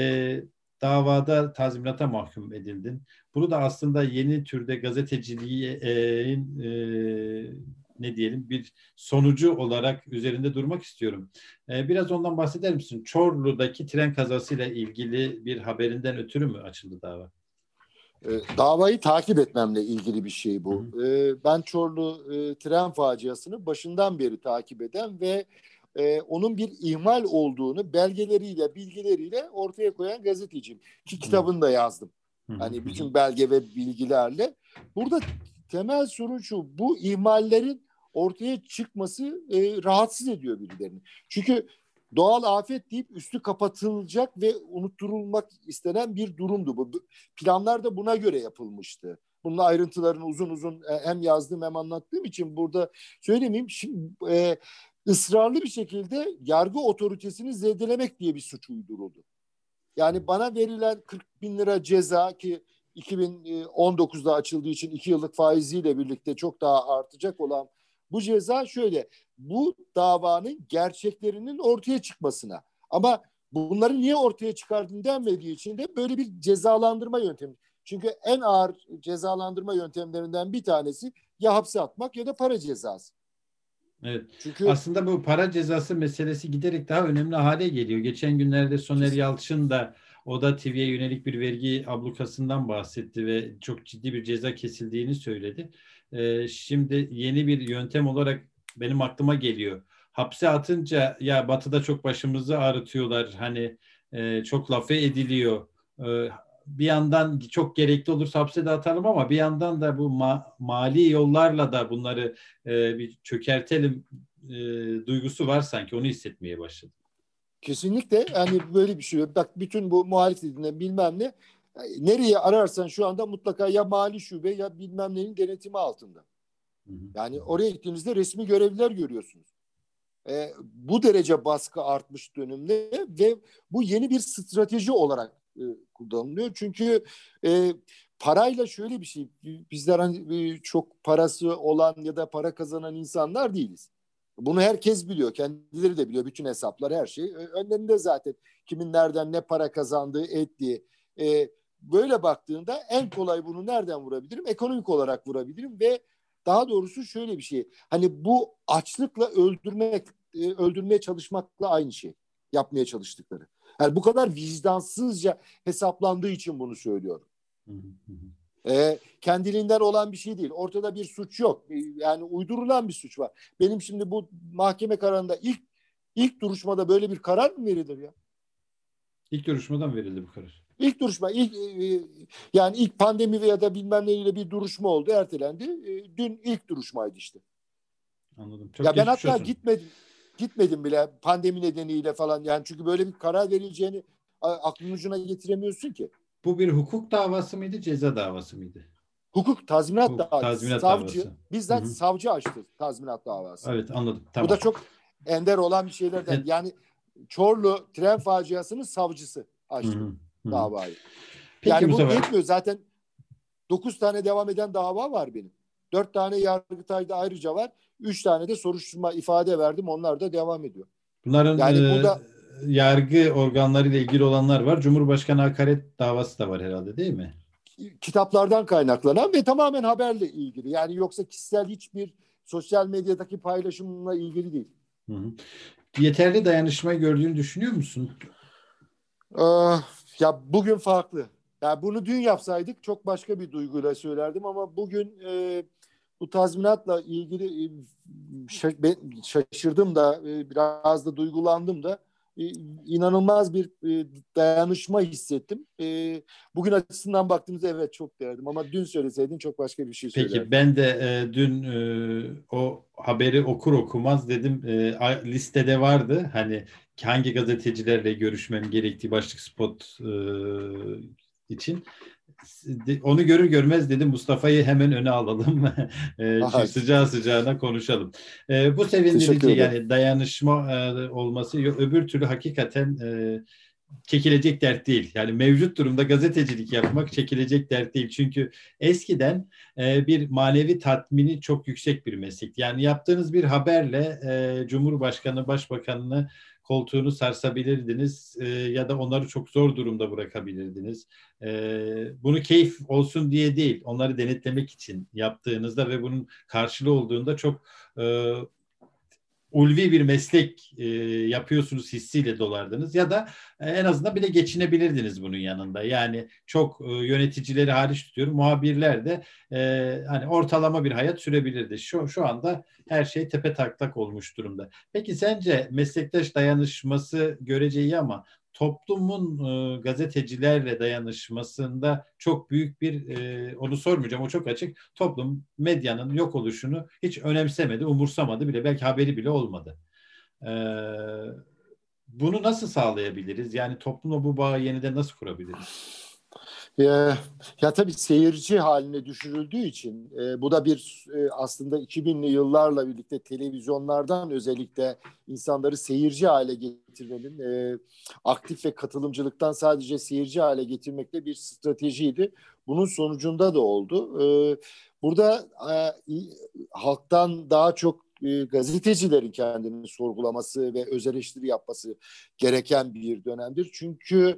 davada tazminata mahkum edildin. Bunu da aslında yeni türde gazeteciliğin ne diyelim bir sonucu olarak üzerinde durmak istiyorum. Biraz ondan bahseder misin? Çorlu'daki tren kazasıyla ilgili bir haberinden ötürü mü açıldı dava? Davayı takip etmemle ilgili bir şey bu. Ben Çorlu tren faciasını başından beri takip eden ve onun bir ihmal olduğunu belgeleriyle, bilgileriyle ortaya koyan gazeteciyim. Ki kitabını da yazdım. Hani bütün belge ve bilgilerle. Burada temel sorun şu, bu ihmallerin ortaya çıkması rahatsız ediyor birilerini. Çünkü doğal afet deyip üstü kapatılacak ve unutturulmak istenen bir durumdu bu. Planlar da buna göre yapılmıştı. Bunun ayrıntılarını uzun uzun hem yazdığım hem anlattığım için burada söylemeyeyim. Şimdi ısrarlı bir şekilde yargı otoritesini zedelemek diye bir suç uyduruldu. Yani bana verilen 40 bin lira ceza ki 2019'da açıldığı için 2 yıllık faiziyle birlikte çok daha artacak olan bu ceza şöyle, bu davanın gerçeklerinin ortaya çıkmasına. Ama bunları niye ortaya çıkardın denmediği için de böyle bir cezalandırma yöntemi. Çünkü en ağır cezalandırma yöntemlerinden bir tanesi ya hapse atmak ya da para cezası. Evet. Çünkü aslında bu para cezası meselesi giderek daha önemli hale geliyor. Geçen günlerde Soner Yalçın da Oda TV'ye yönelik bir vergi ablukasından bahsetti ve çok ciddi bir ceza kesildiğini söyledi. Şimdi yeni bir yöntem olarak benim aklıma geliyor. Hapse atınca ya Batı'da çok başımızı ağrıtıyorlar. Hani çok lafı ediliyor. Bir yandan çok gerekli olursa hapse de atalım ama bir yandan da bu mali yollarla da bunları bir çökertelim duygusu var sanki. Onu hissetmeye başladım. kesinlikle yani böyle bir şey yok. Bak bütün bu muhalif dediğinde bilmem ne nereye ararsan şu anda mutlaka ya mali şube ya bilmem neyin denetimi altında. Yani oraya gittiğinizde resmi görevliler görüyorsunuz. Bu derece baskı artmış dönemde ve bu yeni bir strateji olarak kullanılıyor. Çünkü parayla şöyle bir şey, bizler hani çok parası olan ya da para kazanan insanlar değiliz. Bunu herkes biliyor, kendileri de biliyor, bütün hesaplar, her şey. Önlerinde zaten kimin nereden ne para kazandığı, ettiği. Böyle baktığında en kolay bunu nereden vurabilirim? Ekonomik olarak vurabilirim ve daha doğrusu şöyle bir şey. Hani bu açlıkla öldürmeye çalışmakla aynı şey. Yapmaya çalıştıkları. Yani bu kadar vicdansızca hesaplandığı için bunu söylüyorum. Kendiliğinden olan bir şey değil. Ortada bir suç yok. Yani uydurulan bir suç var. Benim şimdi bu mahkeme kararında ilk duruşmada böyle bir karar mı verilir ya? İlk duruşmadan verildi bu karar. İlk duruşma, yani ilk pandemi veya da bilmem neyle bir duruşma oldu, ertelendi. Dün ilk duruşmaydı işte. Anladım. Çok Ya ben geçmiş hatta olsun. gitmedim bile pandemi nedeniyle falan. Yani çünkü böyle bir karar verileceğini aklın ucuna getiremiyorsun ki. Bu bir hukuk davası mıydı, ceza davası mıydı? Hukuk tazminat Hukuk, davası. tazminat Savcı, davası. Hı bizzat hı. savcı açtı tazminat davası. Evet, anladım. Bu da Tamam. çok ender olan bir şeylerden. Evet. Yani Çorlu tren faciasının savcısı Hı açtı hı. Hı hı. davayı. Peki Yani bu Mustafa. yetmiyor. Zaten 9 tane devam eden dava var benim. 4 tane Yargıtay'da ayrıca var. 3 tane de soruşturma ifade verdim. Onlar da devam ediyor. Bunların Yani burada yargı organlarıyla ilgili olanlar var. Cumhurbaşkanı hakaret davası da var herhalde, değil mi? kitaplardan kaynaklanan ve tamamen haberle ilgili. Yani yoksa kişisel hiçbir sosyal medyadaki paylaşımla ilgili değil. Hı hı. Yeterli dayanışma gördüğünü düşünüyor musun? Ya bugün farklı. Yani bunu dün yapsaydık çok başka bir duyguyla söylerdim ama bugün bu tazminatla ilgili ben şaşırdım da biraz da duygulandım da inanılmaz bir dayanışma hissettim. Bugün açısından baktığımızda evet çok derdim ama dün söyleseydin çok başka bir şey Peki söylerdim. ben de dün o haberi okur okumaz dedim listede vardı. Hani hangi gazetecilerle görüşmem gerektiği başlık spot için. Onu görür görmez dedim Mustafa'yı hemen öne alalım. Çünkü Aha, sıcağı sıcağına konuşalım. Bu teşekkür sevindirici ederim. yani dayanışma olması öbür türlü hakikaten çekilecek dert değil. Yani mevcut durumda gazetecilik yapmak çekilecek dert değil. Çünkü eskiden bir manevi tatmini çok yüksek bir meslek. Yani yaptığınız bir haberle Cumhurbaşkanı, Başbakanını koltuğunu sarsabilirdiniz ya da onları çok zor durumda bırakabilirdiniz. Bunu keyif olsun diye değil, onları denetlemek için yaptığınızda ve bunun karşılığı olduğunda çok ulvi bir meslek yapıyorsunuz hissiyle dolardınız ya da en azından bile geçinebilirdiniz bunun yanında. Yani çok yöneticileri hariç tutuyorum. Muhabirler de hani ortalama bir hayat sürebilirdi. Şu anda her şey tepe taklak olmuş durumda. Peki sence meslektaş dayanışması görece ama toplumun gazetecilerle dayanışmasında çok büyük bir onu sormayacağım, o çok açık. Toplum medyanın yok oluşunu hiç önemsemedi, umursamadı bile, belki haberi bile olmadı. E, Bunu nasıl sağlayabiliriz? Yani toplumla bu bağı yeniden nasıl kurabiliriz? Ya tabii seyirci haline düşürüldüğü için bu da bir aslında 2000'li yıllarla birlikte televizyonlardan özellikle insanları seyirci hale getirmenin aktif ve katılımcılıktan sadece seyirci hale getirmekte bir stratejiydi. Bunun sonucunda da oldu. Burada halktan daha çok gazetecilerin kendini sorgulaması ve öz eleştiri yapması gereken bir dönemdir. Çünkü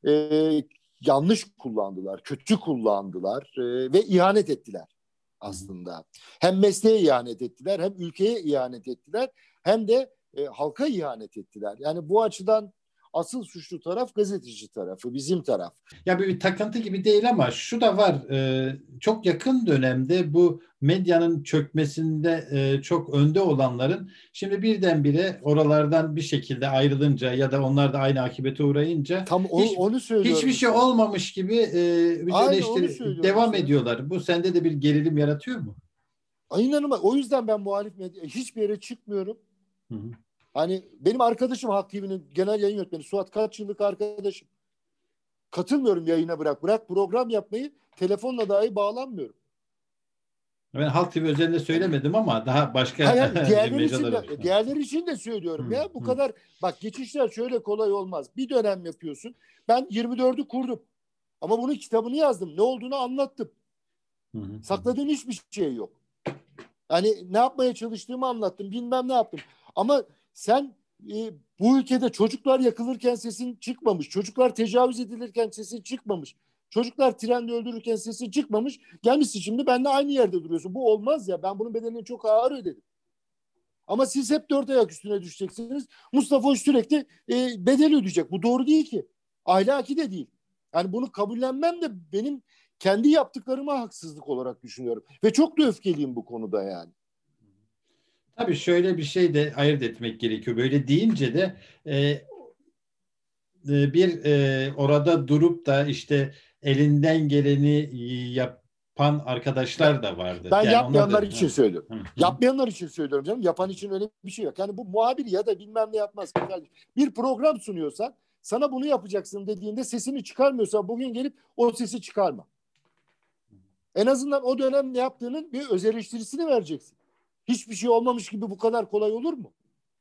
yanlış kullandılar, kötü kullandılar ve ihanet ettiler aslında. Hem mesleğe ihanet ettiler, hem ülkeye ihanet ettiler, hem de halka ihanet ettiler. Yani bu açıdan asıl suçlu taraf gazeteci tarafı, bizim taraf. Ya bir takıntı gibi değil ama şu da var. Çok yakın dönemde bu medyanın çökmesinde çok önde olanların şimdi birdenbire oralardan bir şekilde ayrılınca ya da onlar da aynı akibete uğrayınca Tam onu söylüyorum hiçbir şey işte. olmamış gibi bir Aynı onu eleştiri söylüyorum devam işte. ediyorlar. Bu sende de bir gerilim yaratıyor mu? Aynen ama o yüzden ben muhalif medya hiçbir yere çıkmıyorum. Hı hı. Hani benim arkadaşım Halk TV'nin genel yayın yönetmeni Suat, kaç yıllık arkadaşım. Katılmıyorum yayına, bırak program yapmayı, telefonla dahi bağlanmıyorum. Ben Halk TV özelinde Yani söylemedim ama daha başka hayır, mecralar var. diğerler için de söylüyorum Hı ya. Bu hı. kadar bak, geçişler şöyle kolay olmaz. Bir dönem yapıyorsun. Ben 24'ü kurdum. Ama bunun kitabını yazdım. Ne olduğunu anlattım. Hı hı. Sakladığım hiçbir şey yok. Hani ne yapmaya çalıştığımı anlattım. Bilmem ne yaptım. Ama sen bu ülkede çocuklar yakılırken sesin çıkmamış. Çocuklar tecavüz edilirken sesin çıkmamış. Çocuklar trende öldürürken sesin çıkmamış. Gelmişsin şimdi benimle aynı yerde duruyorsun. Bu olmaz ya. Ben bunun bedelini çok ağır ödedim. Ama siz hep dört ayak üstüne düşeceksiniz. Mustafa sürekli bedel ödeyecek. Bu doğru değil ki. Ahlaki de değil. Yani bunu kabullenmem de benim kendi yaptıklarıma haksızlık olarak düşünüyorum. Ve çok da öfkeliyim bu konuda yani. Tabii şöyle bir şey de ayırt etmek gerekiyor. Böyle deyince de orada durup da işte elinden geleni yapan arkadaşlar da vardı. Ben Yani onlar yapmayanlar da için söylüyorum. Hı. Yapmayanlar için söylüyorum canım. Yapan için öyle bir şey yok. Yani bu muhabir ya da bilmem ne yapmaz. Bir program sunuyorsan sana bunu yapacaksın dediğinde sesini çıkarmıyorsan bugün gelip o sesi çıkarma. En azından o dönem ne yaptığının bir öz eleştirisini vereceksin. Hiçbir şey olmamış gibi bu kadar kolay olur mu?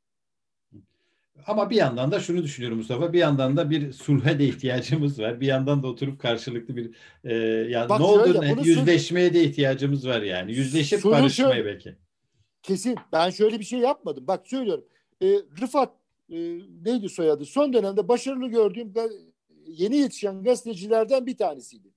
Ama bir yandan da şunu düşünüyorum Mustafa. Bir yandan da bir sulhe de ihtiyacımız var. Bir yandan da oturup karşılıklı bir ya ne Bak oldu şöyle, bunu yüzleşmeye de ihtiyacımız var yani. Yüzleşip şunu barışmaya şöyle, belki. kesin. Ben şöyle bir şey yapmadım. Bak söylüyorum. Rıfat neydi soyadı? Son dönemde başarılı gördüğüm yeni yetişen gazetecilerden bir tanesiydi.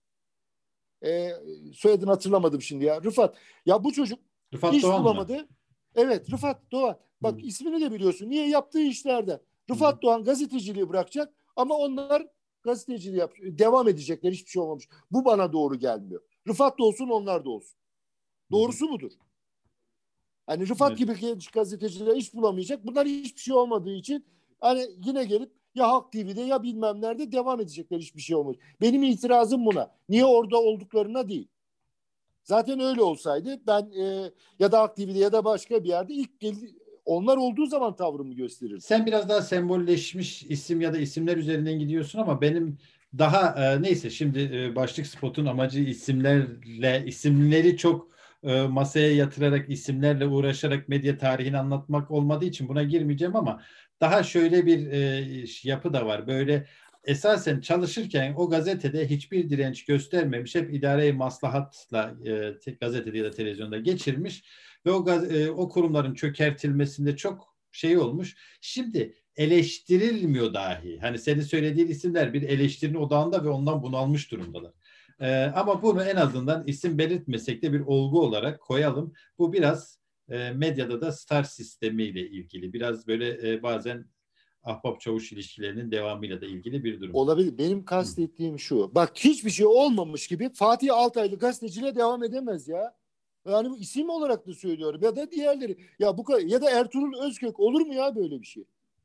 Soyadını hatırlamadım şimdi ya. Rıfat. Ya bu çocuk Rıfat iş Doğan mı? bulamadı. Evet, Rıfat Doğan. Bak ismini de biliyorsun. Niye yaptığı işlerde. Rıfat Doğan gazeteciliği bırakacak ama onlar gazeteciliği devam edecekler. Hiçbir şey olmamış. Bu bana doğru gelmiyor. Rıfat da olsun, onlar da olsun. Doğrusu budur. Hani Rıfat gibi genç gazeteciler iş bulamayacak. Bunlar hiçbir şey olmadığı için hani yine gelip ya Halk TV'de ya bilmem nerede devam edecekler, hiçbir şey olmaz. Benim itirazım buna. Niye orada olduklarına değil. Zaten öyle olsaydı ben ya da Halk TV'de ya da başka bir yerde onlar olduğu zaman tavrımı gösterirdim. Sen biraz daha sembolleşmiş isim ya da isimler üzerinden gidiyorsun ama benim daha neyse şimdi başlık spotun amacı isimleri çok masaya yatırarak isimlerle uğraşarak medya tarihini anlatmak olmadığı için buna girmeyeceğim ama daha şöyle bir yapı da var. Böyle esasen çalışırken o gazetede hiçbir direnç göstermemiş, hep idare-i maslahatla gazetede ya da televizyonda geçirmiş ve o kurumların çökertilmesinde çok şey olmuş. Şimdi eleştirilmiyor dahi. Hani senin söylediğin isimler bir eleştirinin odağında ve ondan bunalmış durumdalar. Ama bunu en azından isim belirtmesek de bir olgu olarak koyalım. Bu biraz medyada da star sistemiyle ilgili. Biraz böyle bazen ahbap çavuş ilişkilerinin devamıyla da ilgili bir durum. Olabilir. Benim kastettiğim şu. Bak hiçbir şey olmamış gibi Fatih Altaylı gazeteciliğe devam edemez ya. Yani bu isim olarak da söylüyorum ya da diğerleri. Ya bu kadar, ya da Ertuğrul Özkök, olur mu ya böyle bir şey?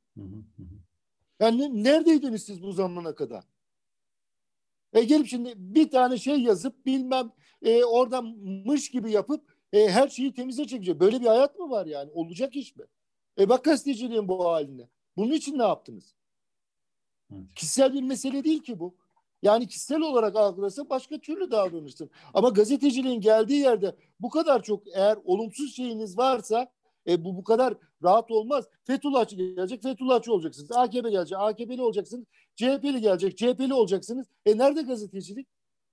Yani neredeydiniz siz bu zamana kadar? Gelip şimdi bir tane şey yazıp bilmem oradan mış gibi yapıp her şeyi temize çekecek. Böyle bir hayat mı var yani? Olacak iş mi? Bak gazeteciliğin bu haline. Bunun için ne yaptınız? Evet. Kişisel bir mesele değil ki bu. Yani kişisel olarak algılasa başka türlü davranırsın. Ama gazeteciliğin geldiği yerde bu kadar çok eğer olumsuz şeyiniz varsa bu kadar rahat olmaz. Fethullahçı gelecek, Fethullahçı olacaksınız. AKP gelecek, AKP'li olacaksınız. CHP'li gelecek, CHP'li olacaksınız. Nerede gazetecilik?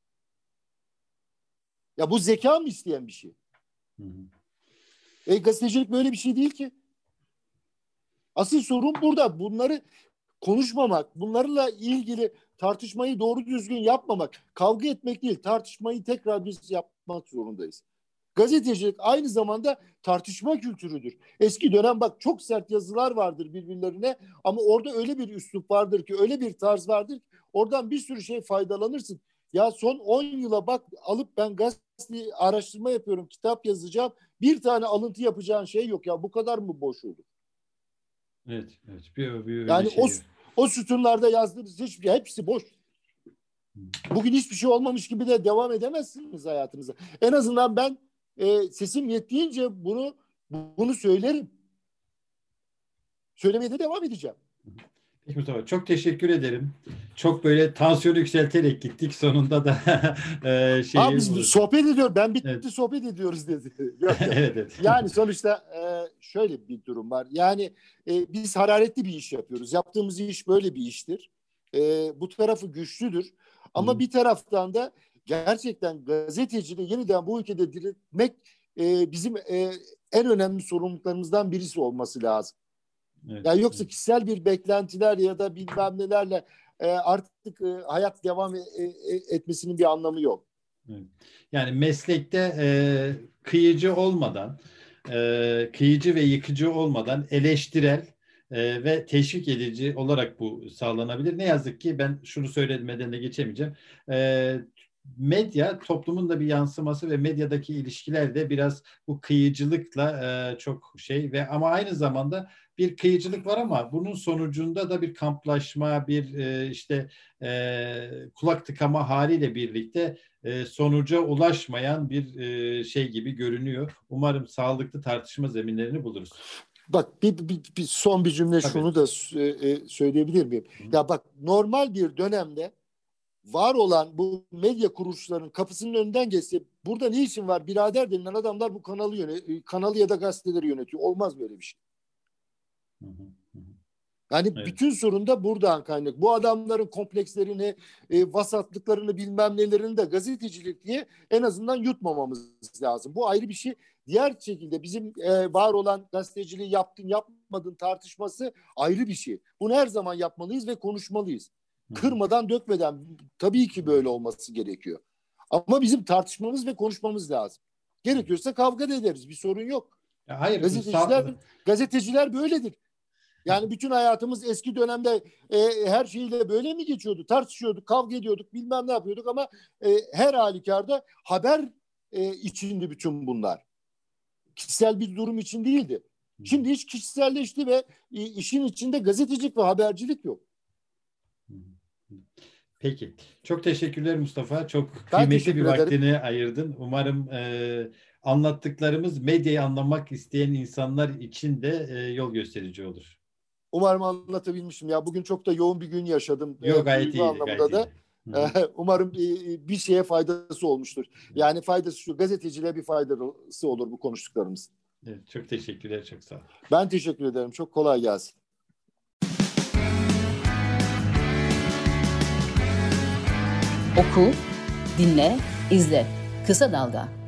Ya bu zeka mı isteyen bir şey? Gazetecilik böyle bir şey değil ki. Asıl sorun burada. Bunları konuşmamak, bunlarla ilgili tartışmayı doğru düzgün yapmamak, kavga etmek değil, tartışmayı tekrar biz yapmak zorundayız. Gazetecilik aynı zamanda tartışma kültürüdür. Eski dönem bak çok sert yazılar vardır birbirlerine ama orada öyle bir üslup vardır ki, öyle bir tarz vardır ki oradan bir sürü şey faydalanırsın. Ya son 10 yıla bak, alıp ben gazete araştırma yapıyorum, kitap yazacağım. Bir tane alıntı yapacağın şey yok ya, bu kadar mı boş olur? Evet, evet. Bir yani şey o sütunlarda yazdığınız hiçbir hepsi boş. Bugün hiçbir şey olmamış gibi de devam edemezsiniz hayatınıza. En azından ben sesim yettiğince bunu söylerim. Söylemeye de devam edeceğim. Peki Mustafa, çok teşekkür ederim. Çok böyle tansiyonu yükselterek gittik. Sonunda da biz sohbet ediyoruz. Ben bitti, evet. Sohbet ediyoruz dedi. Evet, evet. Yani sonuçta şöyle bir durum var. Yani biz hararetli bir iş yapıyoruz. Yaptığımız iş böyle bir iştir. Bu tarafı güçlüdür. Ama bir taraftan da gerçekten gazeteciliği yeniden bu ülkede diriltmek bizim en önemli sorumluluklarımızdan birisi olması lazım. Evet, yani yoksa kişisel bir beklentiler ya da bilmem nelerle artık hayat devam etmesinin bir anlamı yok. Evet. Yani meslekte kıyıcı olmadan, kıyıcı ve yıkıcı olmadan eleştirel ve teşvik edici olarak bu sağlanabilir. Ne yazık ki ben şunu söylemeden de geçemeyeceğim. medya toplumun da bir yansıması ve medyadaki ilişkiler de biraz bu kıyıcılıkla çok şey ve ama aynı zamanda bir kıyıcılık var ama bunun sonucunda da bir kamplaşma, bir işte kulak tıkama haliyle birlikte sonuca ulaşmayan bir şey gibi görünüyor. Umarım sağlıklı tartışma zeminlerini buluruz. Bak bir son bir cümle Tabii. şunu da söyleyebilir miyim? Hı. Ya bak, normal bir dönemde var olan bu medya kuruluşlarının kapısının önünden geçse, burada ne işin var birader denilen adamlar bu kanalı ya da gazeteleri yönetiyor. Olmaz böyle bir şey. Hı hı. Yani Evet. bütün sorun da buradan kaynak. Bu adamların komplekslerini, vasatlıklarını, bilmem nelerini de gazetecilik diye en azından yutmamamız lazım. Bu ayrı bir şey. Diğer şekilde bizim var olan gazeteciliği yaptın yapmadın tartışması ayrı bir şey. Bunu her zaman yapmalıyız ve konuşmalıyız. Kırmadan dökmeden, tabii ki böyle olması gerekiyor. Ama bizim tartışmamız ve konuşmamız lazım. Gerekiyorsa kavga da ederiz. Bir sorun yok. Hayır. Gazeteciler böyledir. Yani bütün hayatımız eski dönemde her şeyle böyle mi geçiyordu? Tartışıyorduk, kavga ediyorduk, bilmem ne yapıyorduk ama her halükarda haber içindi bütün bunlar. Kişisel bir durum için değildi. Şimdi iş kişiselleşti ve işin içinde gazetecilik ve habercilik yok. Peki. Çok teşekkürler Mustafa. Çok kıymetli bir vaktini ayırdın. Umarım anlattıklarımız medyayı anlamak isteyen insanlar için de yol gösterici olur. Umarım anlatabilmişim. Ya bugün çok da yoğun bir gün yaşadım. Yok, gayet iyiydi. Gayet iyiydi. Umarım bir şeye faydası olmuştur. Yani faydası şu, gazeteciliğe bir faydası olur bu konuştuklarımız. Evet, çok teşekkürler. Çok sağ ol. Ben teşekkür ederim. Çok kolay gelsin. Oku, dinle, izle. Kısa Dalga.